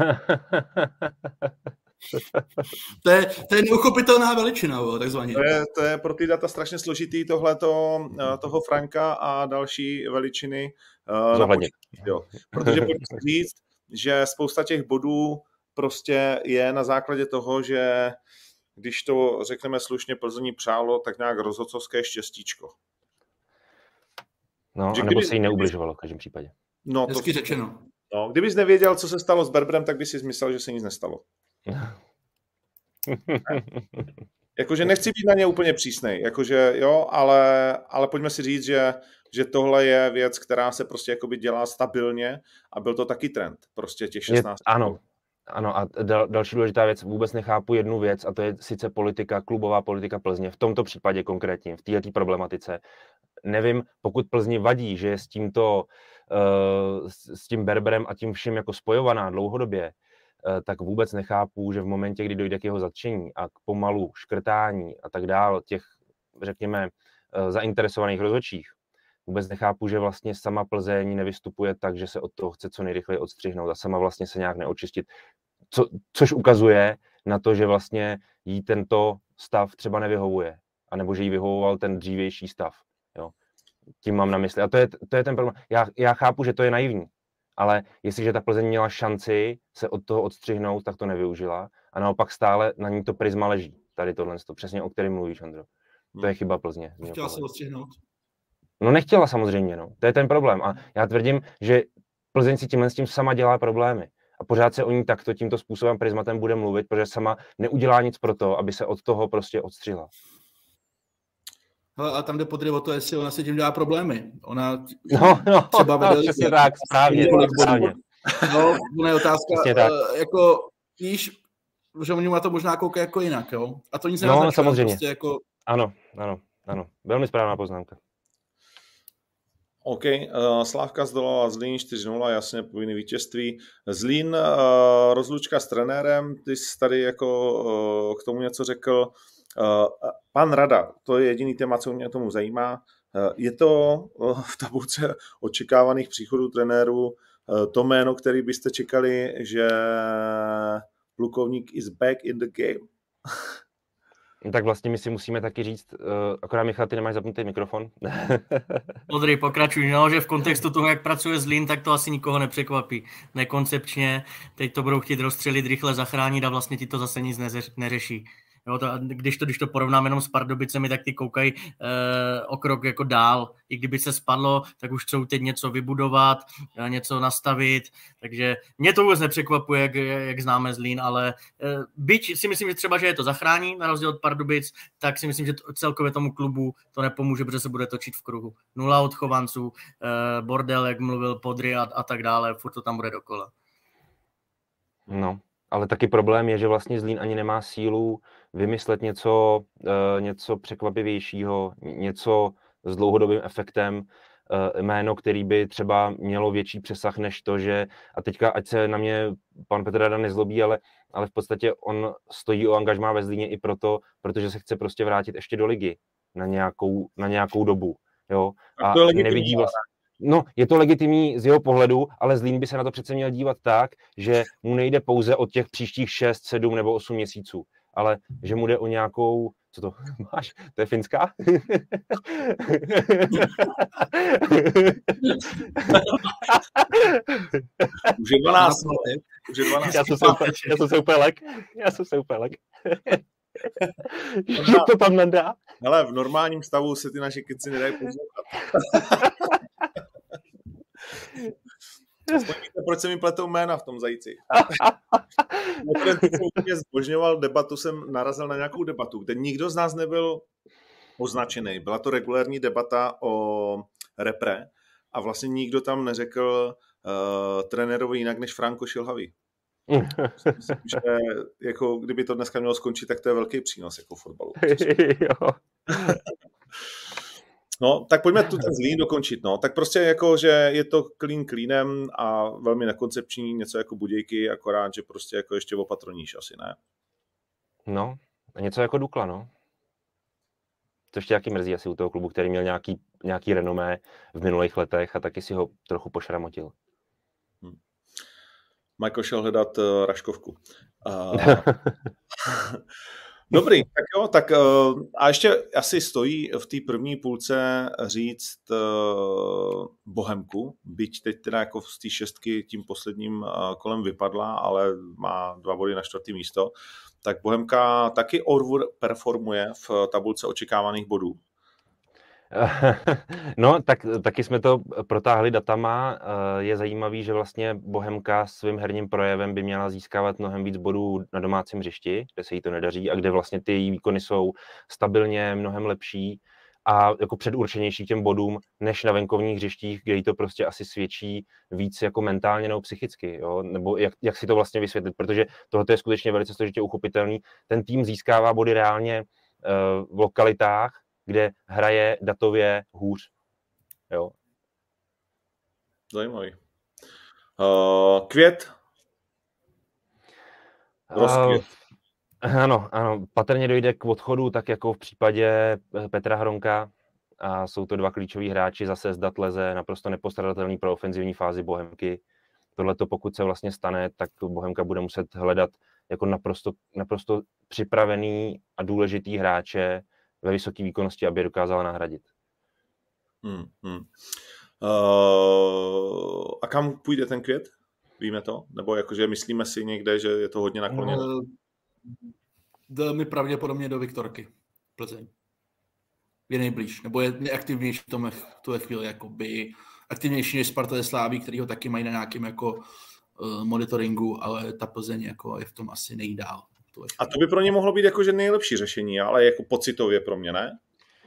To je, to je neuchopitelná veličina, takzvaně. To je, to je pro ty data strašně složitý, tohleto, toho Franka a další veličiny. Zohledně. Protože pojďme si říct, že spousta těch bodů prostě je na základě toho, že když to řekneme slušně, Plzni přálo tak nějak rozhodcovské štěstíčko. No, že anebo se jí neubližovalo v každém případě. No, hezky to, řečeno. No, kdybys nevěděl, co se stalo s Berberem, tak bys si myslel, že se nic nestalo. Jakože nechci být na ně úplně přísnej, jakože jo, ale, ale pojďme si říct, že, že tohle je věc, která se prostě jakoby dělá stabilně a byl to taky trend, prostě těch šestnáct. Je, ano, ano a dal, další důležitá věc, vůbec nechápu jednu věc a to je sice politika, klubová politika Plzně, v tomto případě konkrétně, v této problematice. Nevím, pokud Plzni vadí, že je s tímto, uh, s, s tím Berberem a tím vším jako spojovaná dlouhodobě, tak vůbec nechápu, že v momentě, kdy dojde k jeho zatčení a k pomalu škrtání a tak dál těch, řekněme, zainteresovaných rozhodčích, vůbec nechápu, že vlastně sama Plzeň nevystupuje tak, že se od toho chce co nejrychleji odstřihnout a sama vlastně se nějak neočistit. Co, což ukazuje na to, že vlastně jí tento stav třeba nevyhovuje, anebo že jí vyhovoval ten dřívější stav. Jo. Tím mám na mysli. A to je, to je ten problém. Já, já chápu, že to je naivní. Ale jestliže ta Plzeň měla šanci se od toho odstřihnout, tak to nevyužila. A naopak stále na ní to prisma leží. Tady tohle, přesně o kterém mluvíš, Andro. To je chyba Plzně. Chtěla se odstřihnout? No nechtěla samozřejmě, no. To je ten problém. A já tvrdím, že Plzeň si tímhle s tím sama dělá problémy. A pořád se o ní takto tímto způsobem prismatem bude mluvit, protože sama neudělá nic pro to, aby se od toho prostě odstřihla. Hele, a tam jde podry o to, jestli ona si tím dělá problémy. Ona no, no, třeba vede... No, přesně tak, správně, správně. No, ona je otázka, uh, jako, víš, že oni na to možná koukají jako jinak, jo? A to nic no, nenaznačuje. samozřejmě. Prostě jako... Ano, ano, ano. Velmi správná poznámka. OK, uh, Slávka zdolala Zlín čtyři nula, jasně, povinný vítězství. Zlín, uh, rozlučka s trenérem, ty jsi tady jako uh, k tomu něco řekl. Uh, pan Rada, to je jediný téma, co mě tomu zajímá. Uh, je to uh, v tabulce očekávaných příchodů trenérů uh, to jméno, který byste čekali, že plukovník is back in the game? Tak vlastně my si musíme taky říct, uh, akorát Michal, ty nemáš zapnutý mikrofon. Modrý, pokračuj, no, že v kontextu toho, jak pracuje Zlín, tak to asi nikoho nepřekvapí. Nekoncepčně, teď to budou chtít rozstřelit, rychle zachránit a vlastně ti to zase nic neře- neřeší. Jo, to, když, to, když to porovnáme jenom s Pardubicemi, tak ty koukají eh, o krok jako dál. I kdyby se spadlo, tak už chcou teď něco vybudovat, eh, něco nastavit. Takže mě to vůbec nepřekvapuje, jak, jak známe Zlín, ale eh, byť si myslím, že třeba, že je to zachrání, na rozdíl od Pardubic, tak si myslím, že to, celkově tomu klubu to nepomůže, protože se bude točit v kruhu. Nula odchovanců, eh, bordel, jak mluvil Podry a, a tak dále, furt to tam bude dokola. No. Ale taky problém je, že vlastně Zlín ani nemá sílu vymyslet něco, uh, něco překvapivějšího, něco s dlouhodobým efektem, uh, jméno, který by třeba mělo větší přesah než to, že, a teďka, ať se na mě pan Petr Rada nezlobí, ale, ale v podstatě on stojí o angažmá ve Zlíně i proto, protože se chce prostě vrátit ještě do ligy na nějakou, na nějakou dobu. Jo? A, a nevidí vlastně. No, je to legitimní z jeho pohledu, ale Zlín by se na to přece měl dívat tak, že mu nejde pouze o těch příštích šest, sedm nebo osm měsíců, ale že mu jde o nějakou... Co to máš? To je finská? Už je dvanáct. Už je dvanáct. Já jsem se úplně, já jsem se úplně lek. Já jsem se úplně lek. Že to tam nedá. Ale v normálním stavu se ty naše keci nedají poslouchat. Aspoň víte, proč se mi pletou jména v tom zajíci. Ten jsem zbožňoval debatu, jsem narazil na nějakou debatu, kde nikdo z nás nebyl označený. Byla to regulární debata o repre a vlastně nikdo tam neřekl uh, trenérovi jinak než Franko Šilhavý. Myslím, že jako, kdyby to dneska mělo skončit, tak to je velký přínos jako fotbalu. No, tak pojďme tu ten Zlín dokončit, no. Tak prostě jako, že je to clean cleanem a velmi nekoncepční, něco jako Budějky, akorát, že prostě jako ještě opatroníš asi, ne? No, něco jako Dukla, no. To ještě taky mrzí asi u toho klubu, který měl nějaký, nějaký renomé v minulých letech a taky si ho trochu pošramotil. Hmm. Michael šel hledat uh, Raškovku. Uh... Dobrý, tak jo, tak uh, a ještě asi stojí v té první půlce říct uh, Bohemku, byť teď teda jako z té šestky tím posledním uh, kolem vypadla, ale má dva body na čtvrtý místo, tak Bohemka taky overperformuje v tabulce očekávaných bodů. No, tak taky jsme to protáhli datama. Je zajímavý, že vlastně Bohemka svým herním projevem by měla získávat mnohem víc bodů na domácím hřišti, kde se jí to nedaří a kde vlastně ty její výkony jsou stabilně mnohem lepší a jako předurčenější těm bodům, než na venkovních hřištích, kde jí to prostě asi svědčí víc jako mentálně nebo psychicky, jo? Nebo jak, jak si to vlastně vysvětlit, protože tohle je skutečně velice složitě uchopitelný. Ten tým získává body reálně uh, v lokalitách, kde hraje datově hůř. Jo. Zajímavý. Uh, květ? Rozkvět. Uh, ano, ano. Patrně dojde k odchodu, tak jako v případě Petra Hronka. A jsou to dva klíčoví hráči, zase z Datleze, naprosto nepostradatelný pro ofenzivní fázi Bohemky. Tohleto pokud se vlastně stane, tak Bohemka bude muset hledat jako naprosto, naprosto připravený a důležitý hráče ve vysoké výkonnosti, aby je dokázala nahradit. Hmm, hmm. Uh, a kam půjde ten Květ? Víme to? Nebo jakože myslíme si někde, že je to hodně nakloněné? Uh, Velmi pravděpodobně do Viktorky. Plzeň. Je nejblíž. Nebo je nejaktivnější v tom v tuhle chvíli. Jakoby aktivnější než Sparta ze Sláví, který ho taky mají na nějakém jako, uh, monitoringu, ale ta Plzeň jako je v tom asi nejdál. A to by pro ně mohlo být jakože nejlepší řešení, ale jako pocitově pro mě, ne?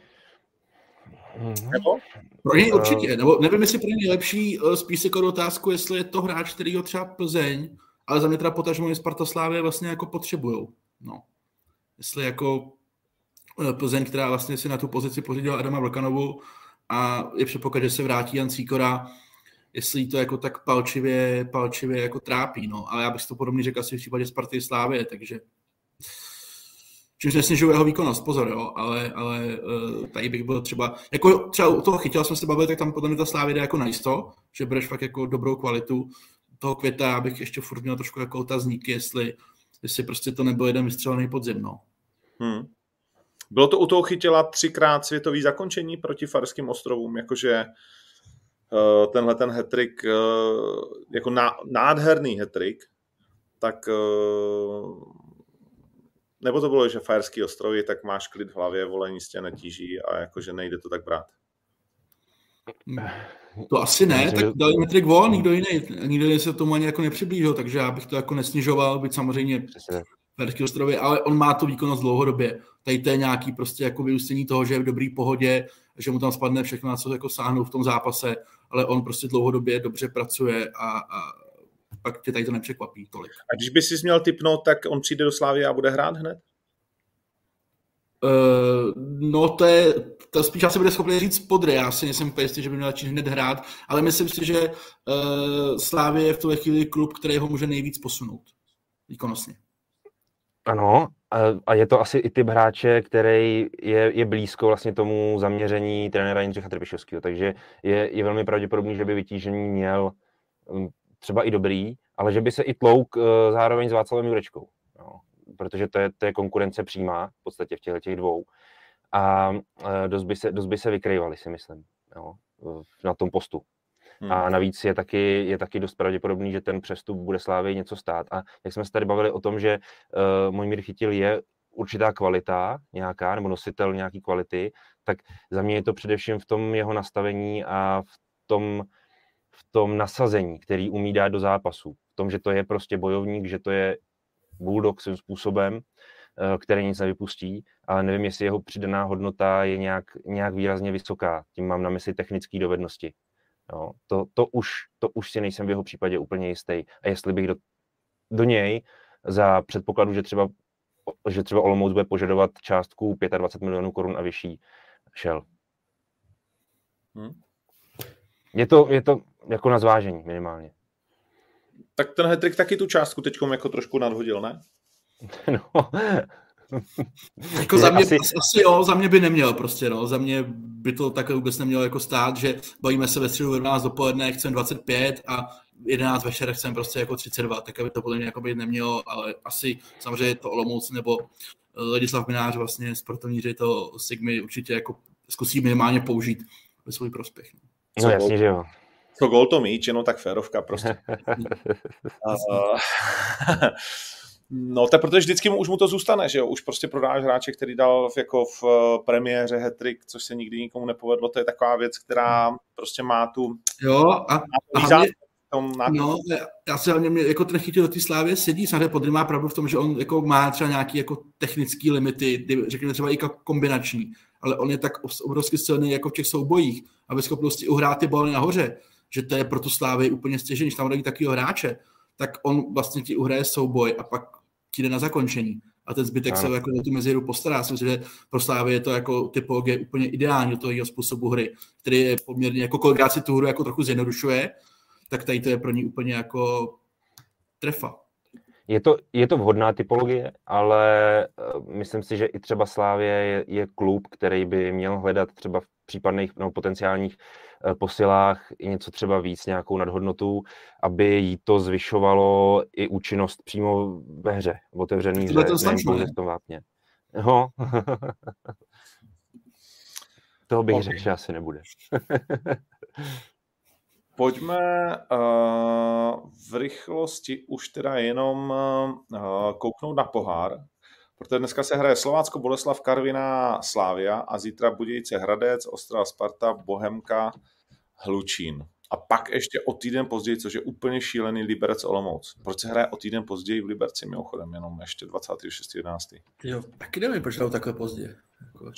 Nebo? Pro něj určitě, nebo nevím, jestli pro něj nejlepší, spíš si jako otázku, jestli je to hráč, který ho třeba Plzeň, ale za mě teda potažmo Sparta Slávě vlastně jako potřebujou. No. Jestli jako Plzeň, která vlastně si na tu pozici pořídila Adama Vlkanovu a je předpoklad, že se vrátí Jan Sýkora, jestli to jako tak palčivě, palčivě jako trápí, no. Ale já bych to podobně řekl asi v případě Sparty Slávie, takže čímž nesnižuju jeho výkonnost, pozor, jo, ale, ale tady bych byl třeba, jako třeba u toho Chytila jsme se bavili, tak tam podle mě ta Slávie jde jako najisto, že bereš fakt jako dobrou kvalitu toho Květa, abych ještě furt měl trošku jako otazníky, jestli, jestli prostě to nebyl jeden vystřelený podzim, no. Hmm. Bylo to u toho Chytila třikrát světový zakončení proti Farským ostrovům, jakože uh, tenhle ten hat-trick, uh, jako ná, nádherný hat-trick, tak uh, nebo to bylo, že Fajerský ostrovy, tak máš klid v hlavě, vole, nic tě netíží a jakože nejde to tak brát. To asi ne, tak dali metrik vol, nikdo jiný, nikdo jiný se tomu ani jako nepřiblížil, takže já bych to jako nesnižoval, byť samozřejmě Fajerský ostrovy, ale on má tu výkonnost dlouhodobě. Tady to je nějaký prostě jako vyústění toho, že je v dobrý pohodě, že mu tam spadne všechno, na co jako sáhnou v tom zápase, ale on prostě dlouhodobě dobře pracuje a, a pak tě tady to nepřekvapí tolik. A když by si měl tipnout, tak on přijde do Slávy a bude hrát hned? Uh, no to je, to spíš asi bude schopný říct Podry, já si nejsem jistý, že by měl začít hned hrát, ale myslím si, že uh, Slávě je v tuhle chvíli klub, který ho může nejvíc posunout výkonnostně. Ano, a je to asi i typ hráče, který je, je blízko vlastně tomu zaměření trenéra Jindřicha Trpišovského, takže je, je velmi pravděpodobný, že by vytížení měl třeba i dobrý, ale že by se i tlouk zároveň s Václavem Jurečkou, no, protože to je, to je konkurence přímá v podstatě v těchto těch dvou a dost by se, dost by se vykrývali, si myslím, no, na tom postu. Hmm. A navíc je taky, je taky dost pravděpodobný, že ten přestup bude Slávy něco stát. A jak jsme se tady bavili o tom, že uh, Mojmír Chytil je určitá kvalita nějaká, nebo nositel nějaký kvality, tak za mě je to především v tom jeho nastavení a v tom, v tom nasazení, který umí dát do zápasu. V tom, že to je prostě bojovník, že to je bulldog svým způsobem, který nic nevypustí, ale nevím, jestli jeho přidaná hodnota je nějak, nějak výrazně vysoká. Tím mám na mysli technické dovednosti. Jo, to, to, už, to už si nejsem v jeho případě úplně jistý. A jestli bych do, do něj za předpokladu, že třeba, že třeba Olomouc bude požadovat částku dvacet pět milionů korun a vyšší, šel. Hmm. Je, to, je to jako na zvážení minimálně. Tak ten hat-trick taky tu částku teďkom jako trošku nadhodil, ne? No. Jako za mě, asi... asi jo, za mě by neměl prostě, no. Za mě by to takhle vůbec nemělo jako stát, že bavíme se ve středu ve dvanáct dopoledne, chcem dvacet pět a jedenáct večer chcem prostě jako třicet dva, tak aby to podle mě jako by nemělo, ale asi samozřejmě to Olomouc nebo Ladislav Minář, vlastně sportovní ředitel Sigmy určitě jako zkusí minimálně použít ve svůj prospěch. No, no jasně, že jo. To gol to míč, jenom tak férovka prostě. uh, no, tak protože vždycky mu, už mu to zůstane, že jo, už prostě prodáš hráče, který dal v, jako v premiéře hat-trick, což se nikdy nikomu nepovedlo, to je taková věc, která prostě má tu... Jo, a, a hlavně, tom no, já se hlavně mě jako ten chytil do té Slávě sedí, samozřejmě Podry má pravdu v tom, že on jako má třeba nějaký jako technický limity, řekněme třeba i kombinační, ale on je tak obrovsky silný jako v těch soubojích a ve schopnosti uhrát ty balony nahoře, že to je pro tu Slávy úplně stěžení, že tam dají takového hráče, tak on vlastně ti uhraje souboj a pak ti jde na zakončení. A ten zbytek ano. se jako na tu mezíru postará. Myslím, že pro Slávy je to jako typologie úplně ideální do toho jeho způsobu hry, který je poměrně, jako kolikrát si tu hru jako trochu zjednodušuje, tak tady to je pro ní úplně jako trefa. Je to, je to vhodná typologie, ale myslím si, že i třeba Slávie je, je klub, který by měl hledat třeba v případných no, potenciálních posilách i něco třeba víc, nějakou nadhodnotu, aby jí to zvyšovalo i účinnost přímo ve hře, v otevřený hře, nejen pouze v tom vápně. No. Toho bych okay. řekl, že asi nebude. Pojďme uh, v rychlosti už teda jenom uh, kouknout na pohár, protože dneska se hraje Slovácko, Boleslav, Karviná, Slávia a zítra Budějice, Hradec, Ostrava, Sparta, Bohemka, Hlučín. A pak ještě o týden později, což je úplně šílený, Liberec, Olomouc. Proč se hraje o týden později v Liberci mimochodem, jenom ještě dvacátého šestého jedenáctého Jo, taky nevím, proč jdou takhle pozdě. Jako,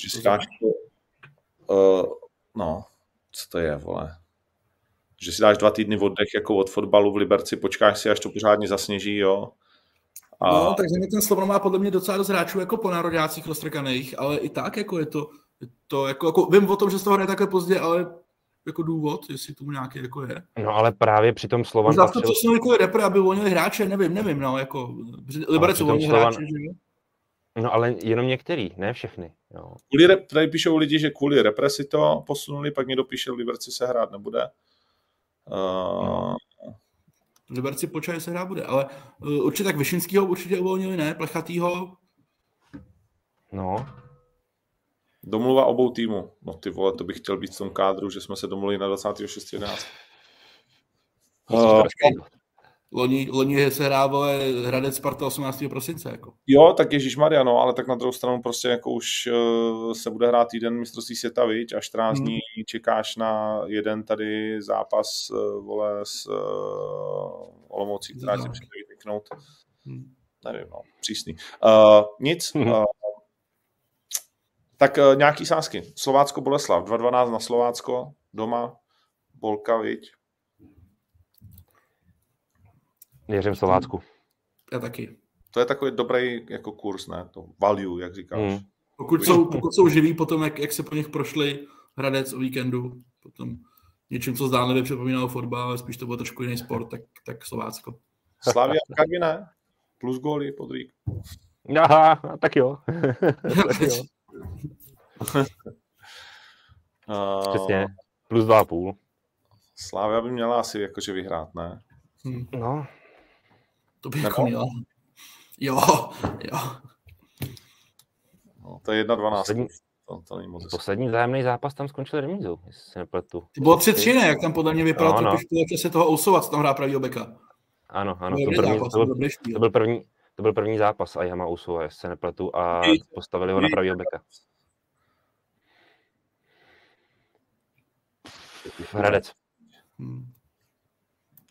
uh, no, co to je, vole? Že si dáš dva týdny oddech jako od fotbalu v Liberci, počkáš si, až to pořádně zasněží, jo? A... No, takže ten Slovan má podle mě docela dost hráčů jako po nároďácích roztrkaných, ale i tak jako je to, je to jako, jako, vím o tom, že z toho hraje takhle pozdě, ale jako důvod, jestli tomu nějaký jako je. No ale právě při tom Slovan... Možná to, co jsou jako repre, aby volnili hráče, nevím, nevím, no, jako Liberec jsou volnili Slovan... hráče, že jo? No ale jenom některý, ne všechny. Jo. Kvůli rep, tady píšou lidi, že kvůli represi to posunuli, pak někdo píše, Liberci se hrát nebude. Uh... No. Liberci počaje se hrát bude, ale uh, určitě tak Vyšinskýho určitě uvolnili, ne? Plechatýho. No. Domluva obou týmů. No ty vole, to bych chtěl být v tom kádru, že jsme se domluvili na dvacátého šestého jedenáctého Uh, loni, loni se hrávalo Hradec Sparta osmnáctého prosince. Jako. Jo, tak ježišmarja, no, ale tak na druhou stranu prostě jako už uh, se bude hrát týden mistrovství světa, viď, a čtrnáct hmm. dní čekáš na jeden tady zápas, uh, vole, s uh, Olomoucí, která si přijde vyknout. Hmm. Nevím, no, přísný. Uh, nic, hmm. uh, tak uh, nějaký sázky. Slovácko, Boleslav, dva dvanáct na Slovácko, doma, Bolka, viď. Věřím Slovácku. Já taky. To je takový dobrý jako kurz, ne? To value, jak říkáš. Hmm. Pokud jsou, pokud jsou živí potom, jak, jak se po nich prošli Hradec o víkendu, potom něčím, co zdánlivě připomínalo fotbal, ale spíš to bylo trošku jiný sport, tak, tak Slovácko. Slavia Karviná, plus góly, Podrík. Aha, tak jo. tak jo. Přesně, plus dva a půl. Slavia by měla asi jakože vyhrát, ne? Hmm. No. To by jako měla. Jo, jo. No, to je jedna dvanáct. Poslední, to, to není moc. Poslední vzájemný zápas tam skončil remízou, jestli se nepletu. To bylo tři tři, ne? Jak tam podle mě vypadalo no, no. trošku se toho Ousova, co tam hrá pravýho beka. Ano, ano. To, první, zápas, to, byl, to, byl první, to byl první zápas a Jama Ousova, jestli se nepletu, a postavili ho na pravýho beka. Hradec. Hmm.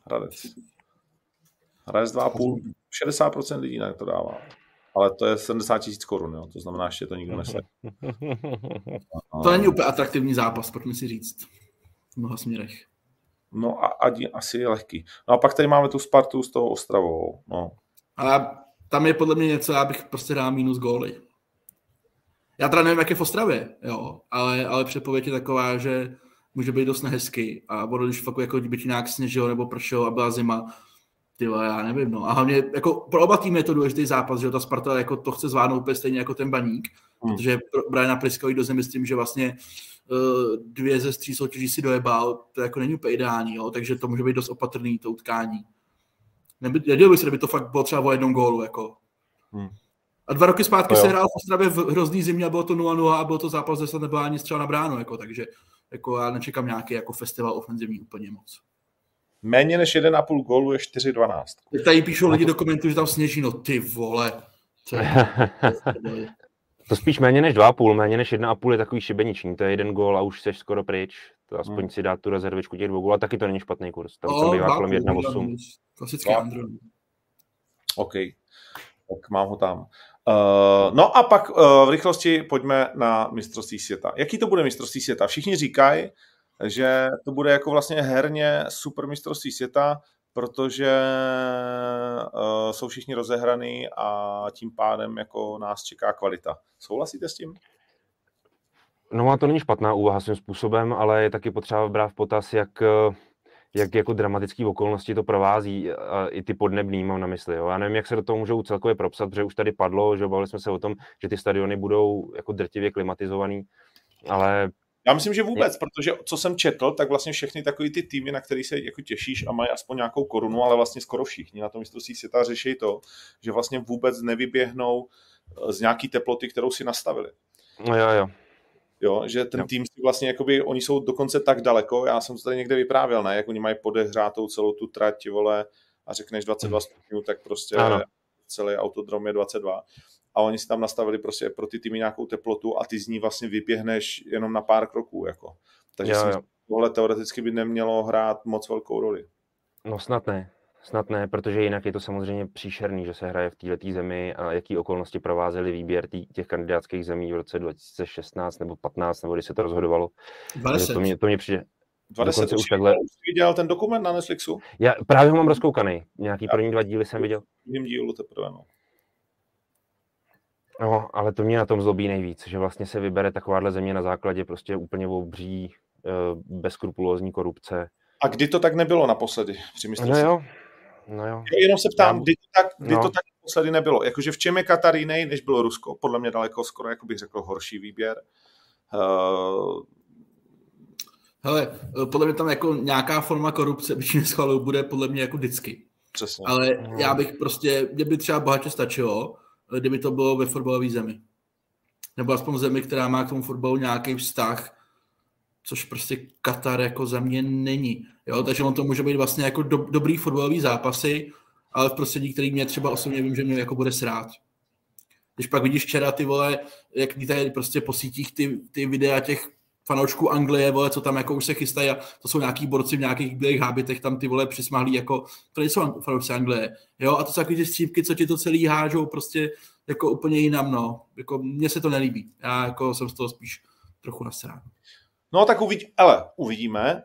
Hradec. Hradec dva a půl, šedesát procent lidí na to dává. Ale to je sedmdesát tisíc korun, jo? To znamená, že to nikdo nese. To není úplně atraktivní zápas, pojďme si říct. V mnoha směrech. No a ani asi je lehký. No a pak tady máme tu Spartu s tou Ostravou. No. A tam je podle mě něco, já bych prostě dal minus góly. Já teda nevím, jak je v Ostravě, jo, ale, ale předpověď je taková, že může být dost nehezký. A ono, když fakt jako by ti nějak sněžilo nebo pršelo a byla zima, tyhle, já nevím, no. A hlavně jako pro oba týmy je to důležitý zápas, že ta Sparta jako to chce zvládnout úplně stejně jako ten Baník, hmm. protože Briana Pliska do zemi s tím, že vlastně uh, dvě ze tří soutěží si dojebal, to jako není úplně ideální, jo, takže to může být dost opatrný, to utkání. Nedělal bych se, kdyby to fakt bylo třeba o jednom gólu, jako. Hmm. A dva roky zpátky se hrál v Ostravě v hrozný zimě a bylo to nula nula a bylo to zápas, kde se nebyla ani střela na bránu, jako, takže jako já nečekám nějaký jako festival ofenzivní úplně moc. Méně než jeden a půl gólu je čtyři dvanáct. Teď tady píšou lidi do komentů, že tam sněží, no ty vole. To spíš méně než dva a půl, méně než jedna a půl je takový šibeniční, to je jeden gól a už seš skoro pryč. To aspoň hmm. si dát tu rezervičku těch dvou gólů, a taky to není špatný kurz. Tam to bývá kolem jedna osm. Klasický Andron. OK, tak mám ho tam. Uh, no a pak uh, v rychlosti pojďme na mistrovství světa. Jaký to bude mistrovství světa? Všichni říkají, že to bude jako vlastně herně super mistrovství světa, protože uh, jsou všichni rozehraný a tím pádem jako nás čeká kvalita. Souhlasíte s tím? No a to není špatná úvaha svým způsobem, ale je taky potřeba brát v potaz, jak, jak jako dramatické okolnosti to provází, a i ty podnebný mám na mysli. Jo. Já nevím, jak se do toho můžou celkově propsat, protože už tady padlo, že bavili jsme se o tom, že ty stadiony budou jako drtivě klimatizovaný, ale já myslím, že vůbec, protože co jsem četl, tak vlastně všechny takový ty týmy, na který se jako těšíš a mají aspoň nějakou korunu, ale vlastně skoro všichni na tom mistrovství světa řeší to, že vlastně vůbec nevyběhnou z nějaký teploty, kterou si nastavili. No jo, jo. Jo, že ten jo. tým si vlastně, jakoby, oni jsou dokonce tak daleko, já jsem to tady někde vyprávěl, ne, jak oni mají podehřátou celou tu trať, vole, a řekneš dvacet dva stupňů, tak prostě ano. Celý autodrom je dvacet dva. A oni si tam nastavili prostě pro ty týmy nějakou teplotu a ty z ní vlastně vyběhneš jenom na pár kroků, jako. Takže jo, jo. tohle teoreticky by nemělo hrát moc velkou roli. No snad ne, snad ne, protože jinak je to samozřejmě příšerný, že se hraje v této zemi a jaký okolnosti provázely výběr tý, těch kandidátských zemí v roce dva tisíce šestnáct nebo patnáct, nebo když se to rozhodovalo. dvacet. To mě, to mě přijde. dvacet už takhle. Už jsi viděl ten dokument na Netflixu? Já právě ho mám rozkoukaný. Nějaký Já, první dva díly jsem viděl. Prvním dílu teprve, no. No, ale to mě na tom zlobí nejvíc, že vlastně se vybere takováhle země na základě prostě úplně obří, bezskrupulózní korupce. A kdy to tak nebylo naposledy při mistrovství? No jo, no jo. Jenom se ptám, Já... kdy, to tak, kdy no. to tak naposledy nebylo? Jakože v čem je Katar jiný, než bylo Rusko? Podle mě daleko skoro, jako bych řekl, horší výběr. Uh... Hele, podle mě tam jako nějaká forma korupce, byť neschvalou, bude podle mě jako vždycky. Přesně. Ale no. já bych prostě, mě by třeba bohatě stačilo, kdyby to bylo ve fotbalové zemi. Nebo aspoň zemi, která má k tomu fotbalu nějaký vztah, což prostě Katar jako za mě není. Jo? Takže on to může být vlastně jako do, dobrý fotbalový zápasy, ale v prostředí, který mě třeba osobně vím, že mě jako bude srát. Když pak vidíš včera ty vole, jak lítají prostě po sítích ty, ty videa těch fanoušků Anglie, vole, co tam jako už se chystají a to jsou nějaký borci v nějakých bílých hábitech, tam ty vole přismahlí, jako, to nejsou fanoušci Anglie, jo, a to jsou takový ty střípky, co ti to celý hážou prostě jako úplně jinam, no, jako mně se to nelíbí, já jako jsem z toho spíš trochu nasrán. No tak uvidí, ale uvidíme,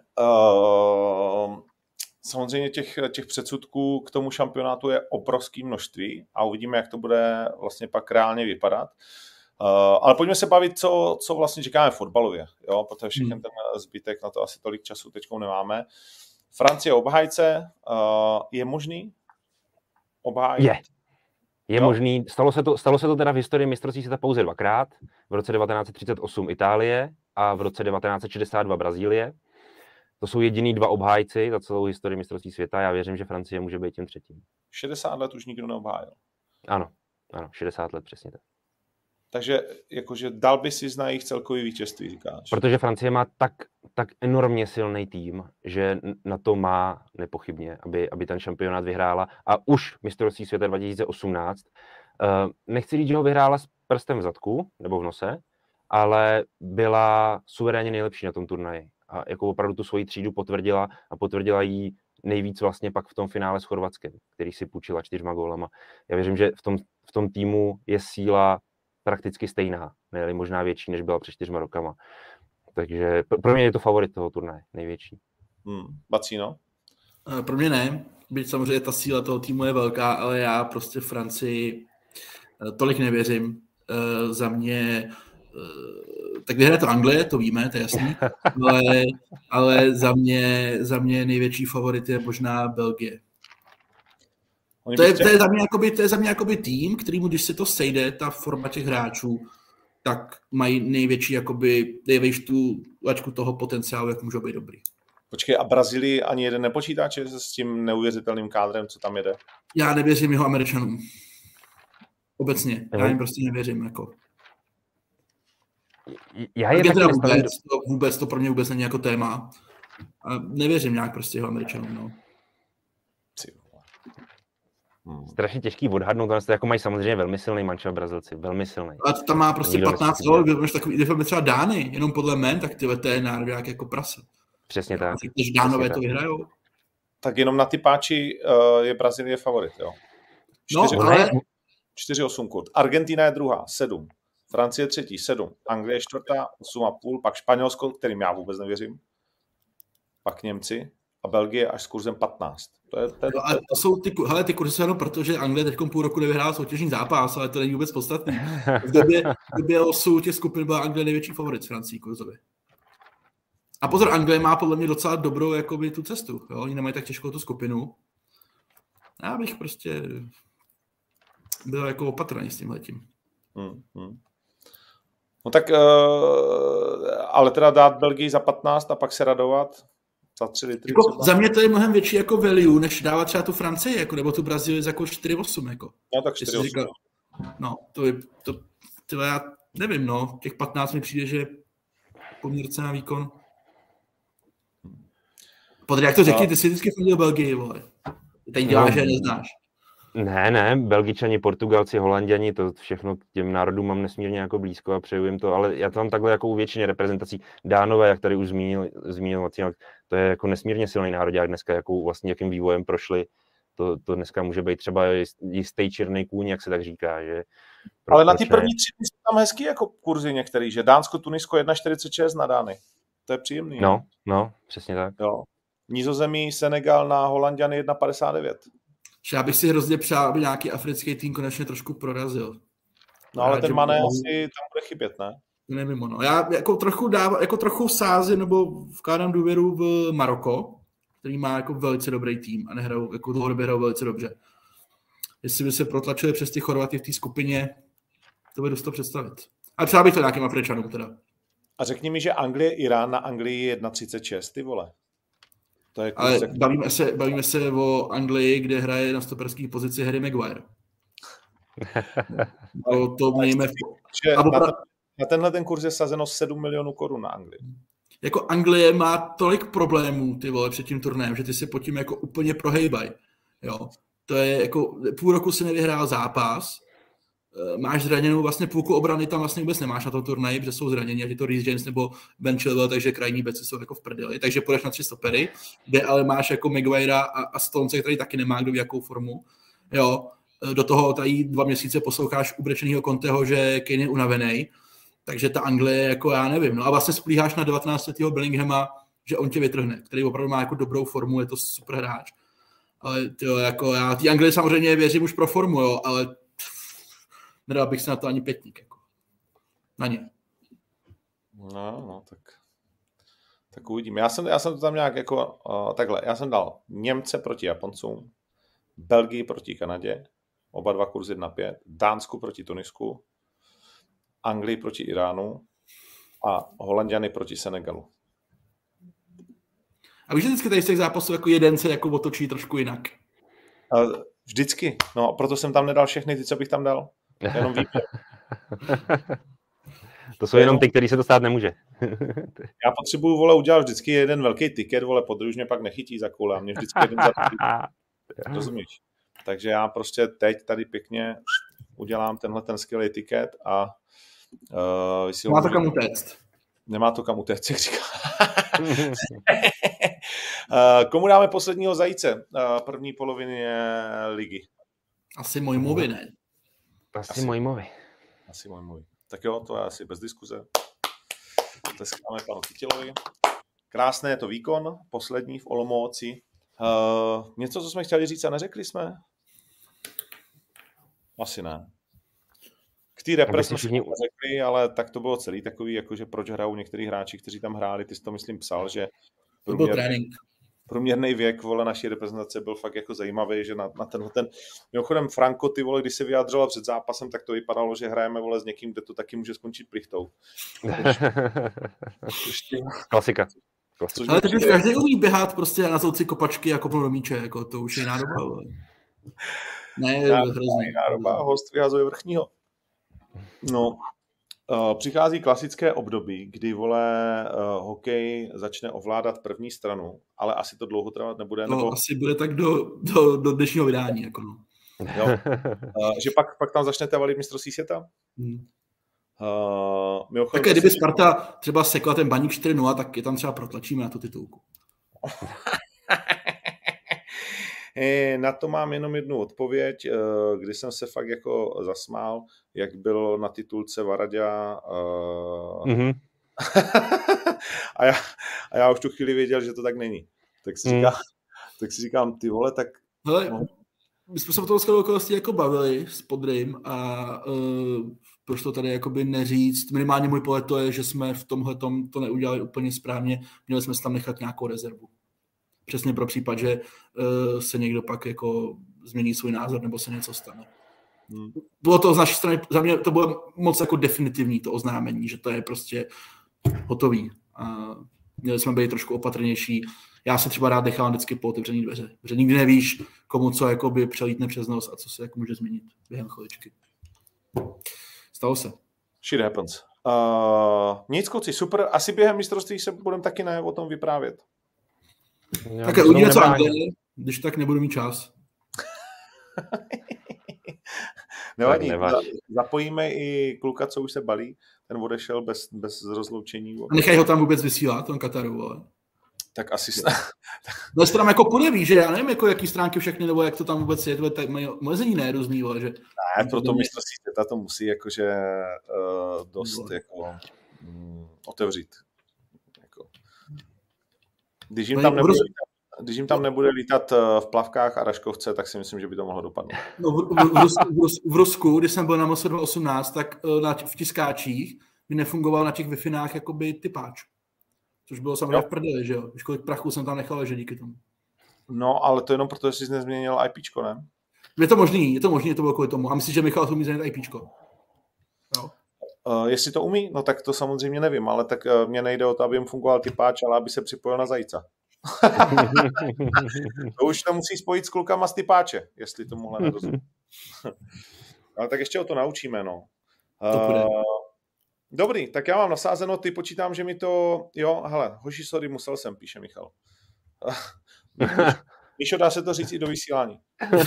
uh, samozřejmě těch, těch předsudků k tomu šampionátu je obrovské množství a uvidíme, jak to bude vlastně pak reálně vypadat. Uh, ale pojďme se bavit, co, co vlastně říkáme fotbalově, jo, protože všechny hmm. ten zbytek, na to asi tolik času teďkou nemáme. Francie obhájce, uh, je možný obhájit? Je. Je jo? možný, stalo se, to, stalo se to teda v historii mistrovství světa pouze dvakrát, v roce devatenáct set třicet osm Itálie a v roce devatenáct set šedesát dva Brazílie. To jsou jediný dva obhájci za celou historii mistrovství světa, já věřím, že Francie může být tím třetím. šedesát let už nikdo neobhájil. Ano, ano, šedesát let přesně tak. Takže jakože dal by si na jejich celkový vítězství, říkáš. Protože Francie má tak, tak enormně silný tým, že na to má nepochybně, aby, aby ten šampionát vyhrála. A už mistrovství světa dva tisíce osmnáct, uh, nechci říct, že ho vyhrála s prstem v zadku nebo v nose, ale byla suverénně nejlepší na tom turnaji. A jako opravdu tu svoji třídu potvrdila a potvrdila jí nejvíc vlastně pak v tom finále s Chorvatskem, který si půjčila čtyřma gólama. Já věřím, že v tom, v tom týmu je síla prakticky stejná, ne možná větší, než byla před čtyřma rokama. Takže pro mě je to favorit toho turnaje, největší. Hmm. Bacino? Pro mě ne, byť samozřejmě ta síla toho týmu je velká, ale já prostě Francii tolik nevěřím. Za mě, tak vyhraje to Anglie, to víme, to je jasný, ale, ale za mě, za mě největší favorit je možná Belgie. To je, to, je za mě jakoby, to je za mě jakoby tým, kterýmu, když se to sejde, ta forma těch hráčů, tak mají největší, jakoby, největší tu lačku toho potenciálu, jak můžou být dobrý. Počkej, a Brazílii ani jeden nepočítá, či s tím neuvěřitelným kádrem, co tam jede? Já nevěřím jeho Američanům. Obecně. Já jim prostě nevěřím. Jako. Já je taky vůbec, to, vůbec, to pro mě vůbec není jako téma. A nevěřím nějak prostě jeho Američanům. No. Hmm. Strašně těžký odhadnout, to jako mají samozřejmě velmi silný mančel Brazilci, velmi silný. A tam má prostě Nikdo patnáct gólů, když máš takový, když třeba Dány, jenom podle men, tak tyhle to je národák jako prasa. Přesně tak. Když Dánové to vyhrajou. Tak jenom na ty páči uh, je Brazílie favorit, jo? čtyři, no, ale... čtyři osm kurt. Argentina je druhá, sedm. Francie třetí, sedm. Anglie čtvrtá, osm a půl. Pak Španělsko, kterým já vůbec nevěřím. Pak Němci. A Belgie až s kurzem patnáct. To je, to je, no a to jsou ty, hele, ty kurzy jsou jenom proto, že Anglie teď půl roku nevyhrála soutěžní zápas, ale to není vůbec podstatný. V době, v době losu těch skupin byla Anglie největší favorit s Francií kurzově. A pozor, Anglie má podle mě docela dobrou jakoby, tu cestu. Jo? Oni nemají tak těžkou tu skupinu. Já bych prostě byl jako opatrný s tímhletím. Hmm, hmm. No tak, uh, ale teda dát Belgii za patnáct a pak se radovat za tři litry. Jako, za mě to je mnohem větší jako value, než dávat třeba tu Francii, jako, nebo tu Brazílii za jako čtyři osm. Jako. No tak čtyři osm. Říkal, no, to je, to, to já nevím, no, těch patnáct mi přijde, že poměrce na výkon. Podry, jak to řekni, ty jsi vždycky fandil Belgii, vole. Teď děláš, no, že neznáš. Ne, ne, Belgičani, Portugalci, Holanděni, to všechno těm národům mám nesmírně jako blízko a přeju jim to, ale já to mám takhle jako u většině reprezentací. Dánové, jak tady už zmínil, zmínil to je jako nesmírně silný národák dneska, jakou vlastně jakým vývojem prošli. To, to dneska může být třeba jistý černý kůň, jak se tak říká. Že pro, ale na ty první tři jsou tam hezký jako kurzy některý, že Dánsko, Tunisko jedna čtyřicet šest na Dány. To je příjemný. No, no, přesně tak. Jo. Nizozemí, Senegal na Holanďany jedna padesát devět. Já bych si hrozně přál, aby nějaký africký tým konečně trošku prorazil. No ale ten Mané asi tam bude chybět, ne? Nevím, no. Já jako trochu, dávám, jako trochu sázím nebo vkládám důvěru v Maroko, který má jako velice dobrý tým a nehrajou, jako dlouhodobě hrajou velice dobře. Jestli by se protlačili přes ty Chorvaty v té skupině, to by dost to představit. A třeba bych to nějakým Afričanům teda. A řekni mi, že Anglie, Irán na Anglii je jedna třicet šest, ty vole. To je ale bavíme se, bavíme se o Anglii, kde hraje na stoperské pozici Harry Maguire. to, to mějme... Na, ten, na tenhle ten kurz je sazeno sedm milionů korun na Anglii. Jako Anglie má tolik problémů, ty vole, před tím turnajem, že ty se pod tím jako úplně prohejbaj. Jo. To je jako, půl roku si nevyhrál zápas, máš zraněnou vlastně půlku obrany, tam vlastně vůbec nemáš na tom turnaji, protože jsou zranění, ať je to Reece James nebo Ben Chilwell, takže krajní beci jsou jako v prdeli, takže půjdeš na tři stopery, kde ale máš jako Maguirea a, a Stonce, který taky nemá kdo v jakou formu. Jo. Do toho tady dva měsíce posloucháš ubrečenýho Conteho, že Kane je unavený, takže ta Anglie, jako já nevím. No a vlastně splíháš na devatenáctiletého Bellinghama, že on tě vytrhne, který opravdu má jako dobrou formu, je to super hráč. Ale tyjo, jako já ty Anglii samozřejmě věřím už pro formu, jo, ale nedal bych se na to ani pětník. Jako. Na ně. No, no, tak, tak uvidím. Já jsem, já jsem to tam nějak jako uh, takhle. Já jsem dal Němce proti Japoncům, Belgii proti Kanadě, oba dva kurzy jedna pět, Dánsku proti Tunisku, Anglii proti Iránu a Holanďany proti Senegalu. A víš, že vždycky tady z těch zápasů jako jeden se jako otočí trošku jinak? Uh, vždycky. No, proto jsem tam nedal všechny ty, co bych tam dal. Jenom výběr. To jsou jenom ty, který se to stát nemůže. Já potřebuju, vole, udělat vždycky jeden velký tiket, vole, podruž mě pak nechytí za koule a mě vždycky jeden za rozumíš? Takže já prostě teď tady pěkně udělám tenhle ten skvělý tiket a uh, má to kam utéct. Nemá to kam utéct, jak říká. Komu dáme posledního zajíce první polovině ligy? Asi Mojmovi, ne? Asi, asi Mojmovi. Asi Mojmovi. Tak jo, to je asi bez diskuze. Tleskáme panu Chytilovi. Krásné je to výkon, poslední v Olomouci. Uh, něco, co jsme chtěli říct a neřekli jsme? Asi ne. K té repre jsme všichni řekli, ale tak to bylo celý takový, jakože proč hrajou některý hráči, kteří tam hráli, ty jsi to myslím psal, že průměrný, průměrný věk vole naší reprezentace byl fakt jako zajímavý, že na, na tenhle ten, mimochodem Franko, ty vole, když se vyjádřila před zápasem, tak to vypadalo, že hrajeme vole s někým, kde to taky může skončit plichtou. Klasika. Klasika. Ale teď už každý umí běhat prostě na souci kopačky jako plno míče, jako to už je jiná doba. Vole. Ne, hrozný. Jiná doba, host vyhazuje vrchního. No, uh, přichází klasické období, kdy vole uh, hokej začne ovládat první stranu, ale asi to dlouho trvat nebude. No, nebo... asi bude tak do, do, do dnešního vydání. Jako no. Jo. Uh, že pak, pak tam začnete valit mistrovství světa? Hmm. Uh, tak kdyby Sparta třeba sekla ten Baník čtyři nula, tak je tam třeba protlačíme na tu titulku. Na to mám jenom jednu odpověď, kdy jsem se fakt jako zasmál, jak bylo na titulce Varaďa. Mm-hmm. a, já, a já už tu chvíli věděl, že to tak není. Tak si, mm. říkám, tak si říkám, ty vole, tak... Hele, no. My jsme se o tom skvělou okolností jako bavili s Podrym a uh, proč to tady jakoby neříct. Minimálně můj pohled to je, že jsme v tomhletom to neudělali úplně správně. Měli jsme si tam nechat nějakou rezervu. Přesně pro případ, že uh, se někdo pak jako změní svůj názor nebo se něco stane. Hmm. Bylo to z naší strany, za mě to bylo moc jako definitivní to oznámení, že to je prostě hotový. A měli jsme být trošku opatrnější. Já se třeba rád nechám vždycky po otevřený dveře, protože nikdy nevíš, komu co jakoby přelítne přes nos a co se jako může změnit během chviličky. Stalo se. Shit happens. Uh, nic, kluci, super. Asi během mistrovství se budeme taky ne o tom vyprávět. Já tak uvidíme, co Anglie, když tak nebudu mít čas. Nevadí, zapojíme i kluka, co už se balí, ten odešel bez, bez rozloučení. A nechaj ho tam vůbec vysílat, ten Kataru, ale. Tak asi snad. No se tam jako podeví, že já nevím, jako jaký stránky všechny, nebo jak to tam vůbec je, tak mají omezení ne různý, že. Ne, pro to mistrovství světa to musí jakože uh, dost no. jako um, otevřít. Jako. Když jim tam nebude Když jim tam nebude lítat v plavkách a raškovce, tak si myslím, že by to mohlo dopadnout. No, v, v, v, Rusku, v, Rusku, v Rusku, když jsem byl na M O S dva osmnáct, tak na, v tiskáčích mi nefungoval na těch Wi-Finách jakoby typáč. Což bylo samozřejmě v prdeli, že jo? Víš, kolik prachu jsem tam nechal ležet díky tomu. No, ale to jenom proto, že jsi nezměnil IPčko, ne? Je to možný, je to možný, je to bylo kvůli tomu. A myslíš, že Michal to umí změnit IPčko? No. Uh, jestli to umí, no tak to samozřejmě nevím, ale tak uh, mně nejde o to, aby jim fungoval typáč, ale aby se připojil na zajíca. To už to musí spojit s klukama z typáče, jestli tomuhle nerozumím. Ale tak ještě o to naučíme, no. Uh, dobrý, tak já mám nasázeno, ty počítám, že mi to, jo, hele, hoši, sorry, musel jsem, píše Michal. Míšo, dá se to říct i do vysílání.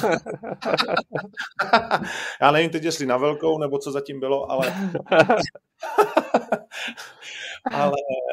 Já nevím teď, jestli na velkou, nebo co zatím bylo, ale ale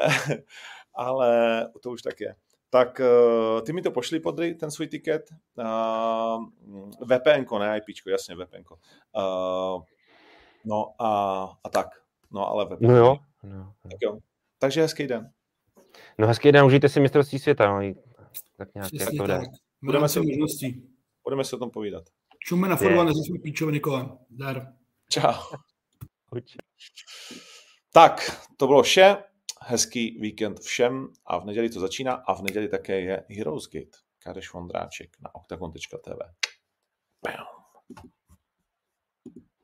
ale to už tak je. Tak ty mi to pošli, Podry, ten svůj tiket. Uh, VPNko, ne IPčko, jasně, VPNko. Uh, no a, a tak. No ale VPNko. No jo. No. Tak jo. Takže hezký den. No hezký den, užijte si mistrovství světa. No. Tak nějak Přesně to jde. Budeme se, budeme se o tom povídat. Čume na fotbal, nezasme píčoviny kolem. Dar. Čau. Tak, to bylo vše. Hezký víkend všem a v neděli to začíná a v neděli také je Heroes Gate. Kadeš Vondráček na oktagon tečka té vé. Bam.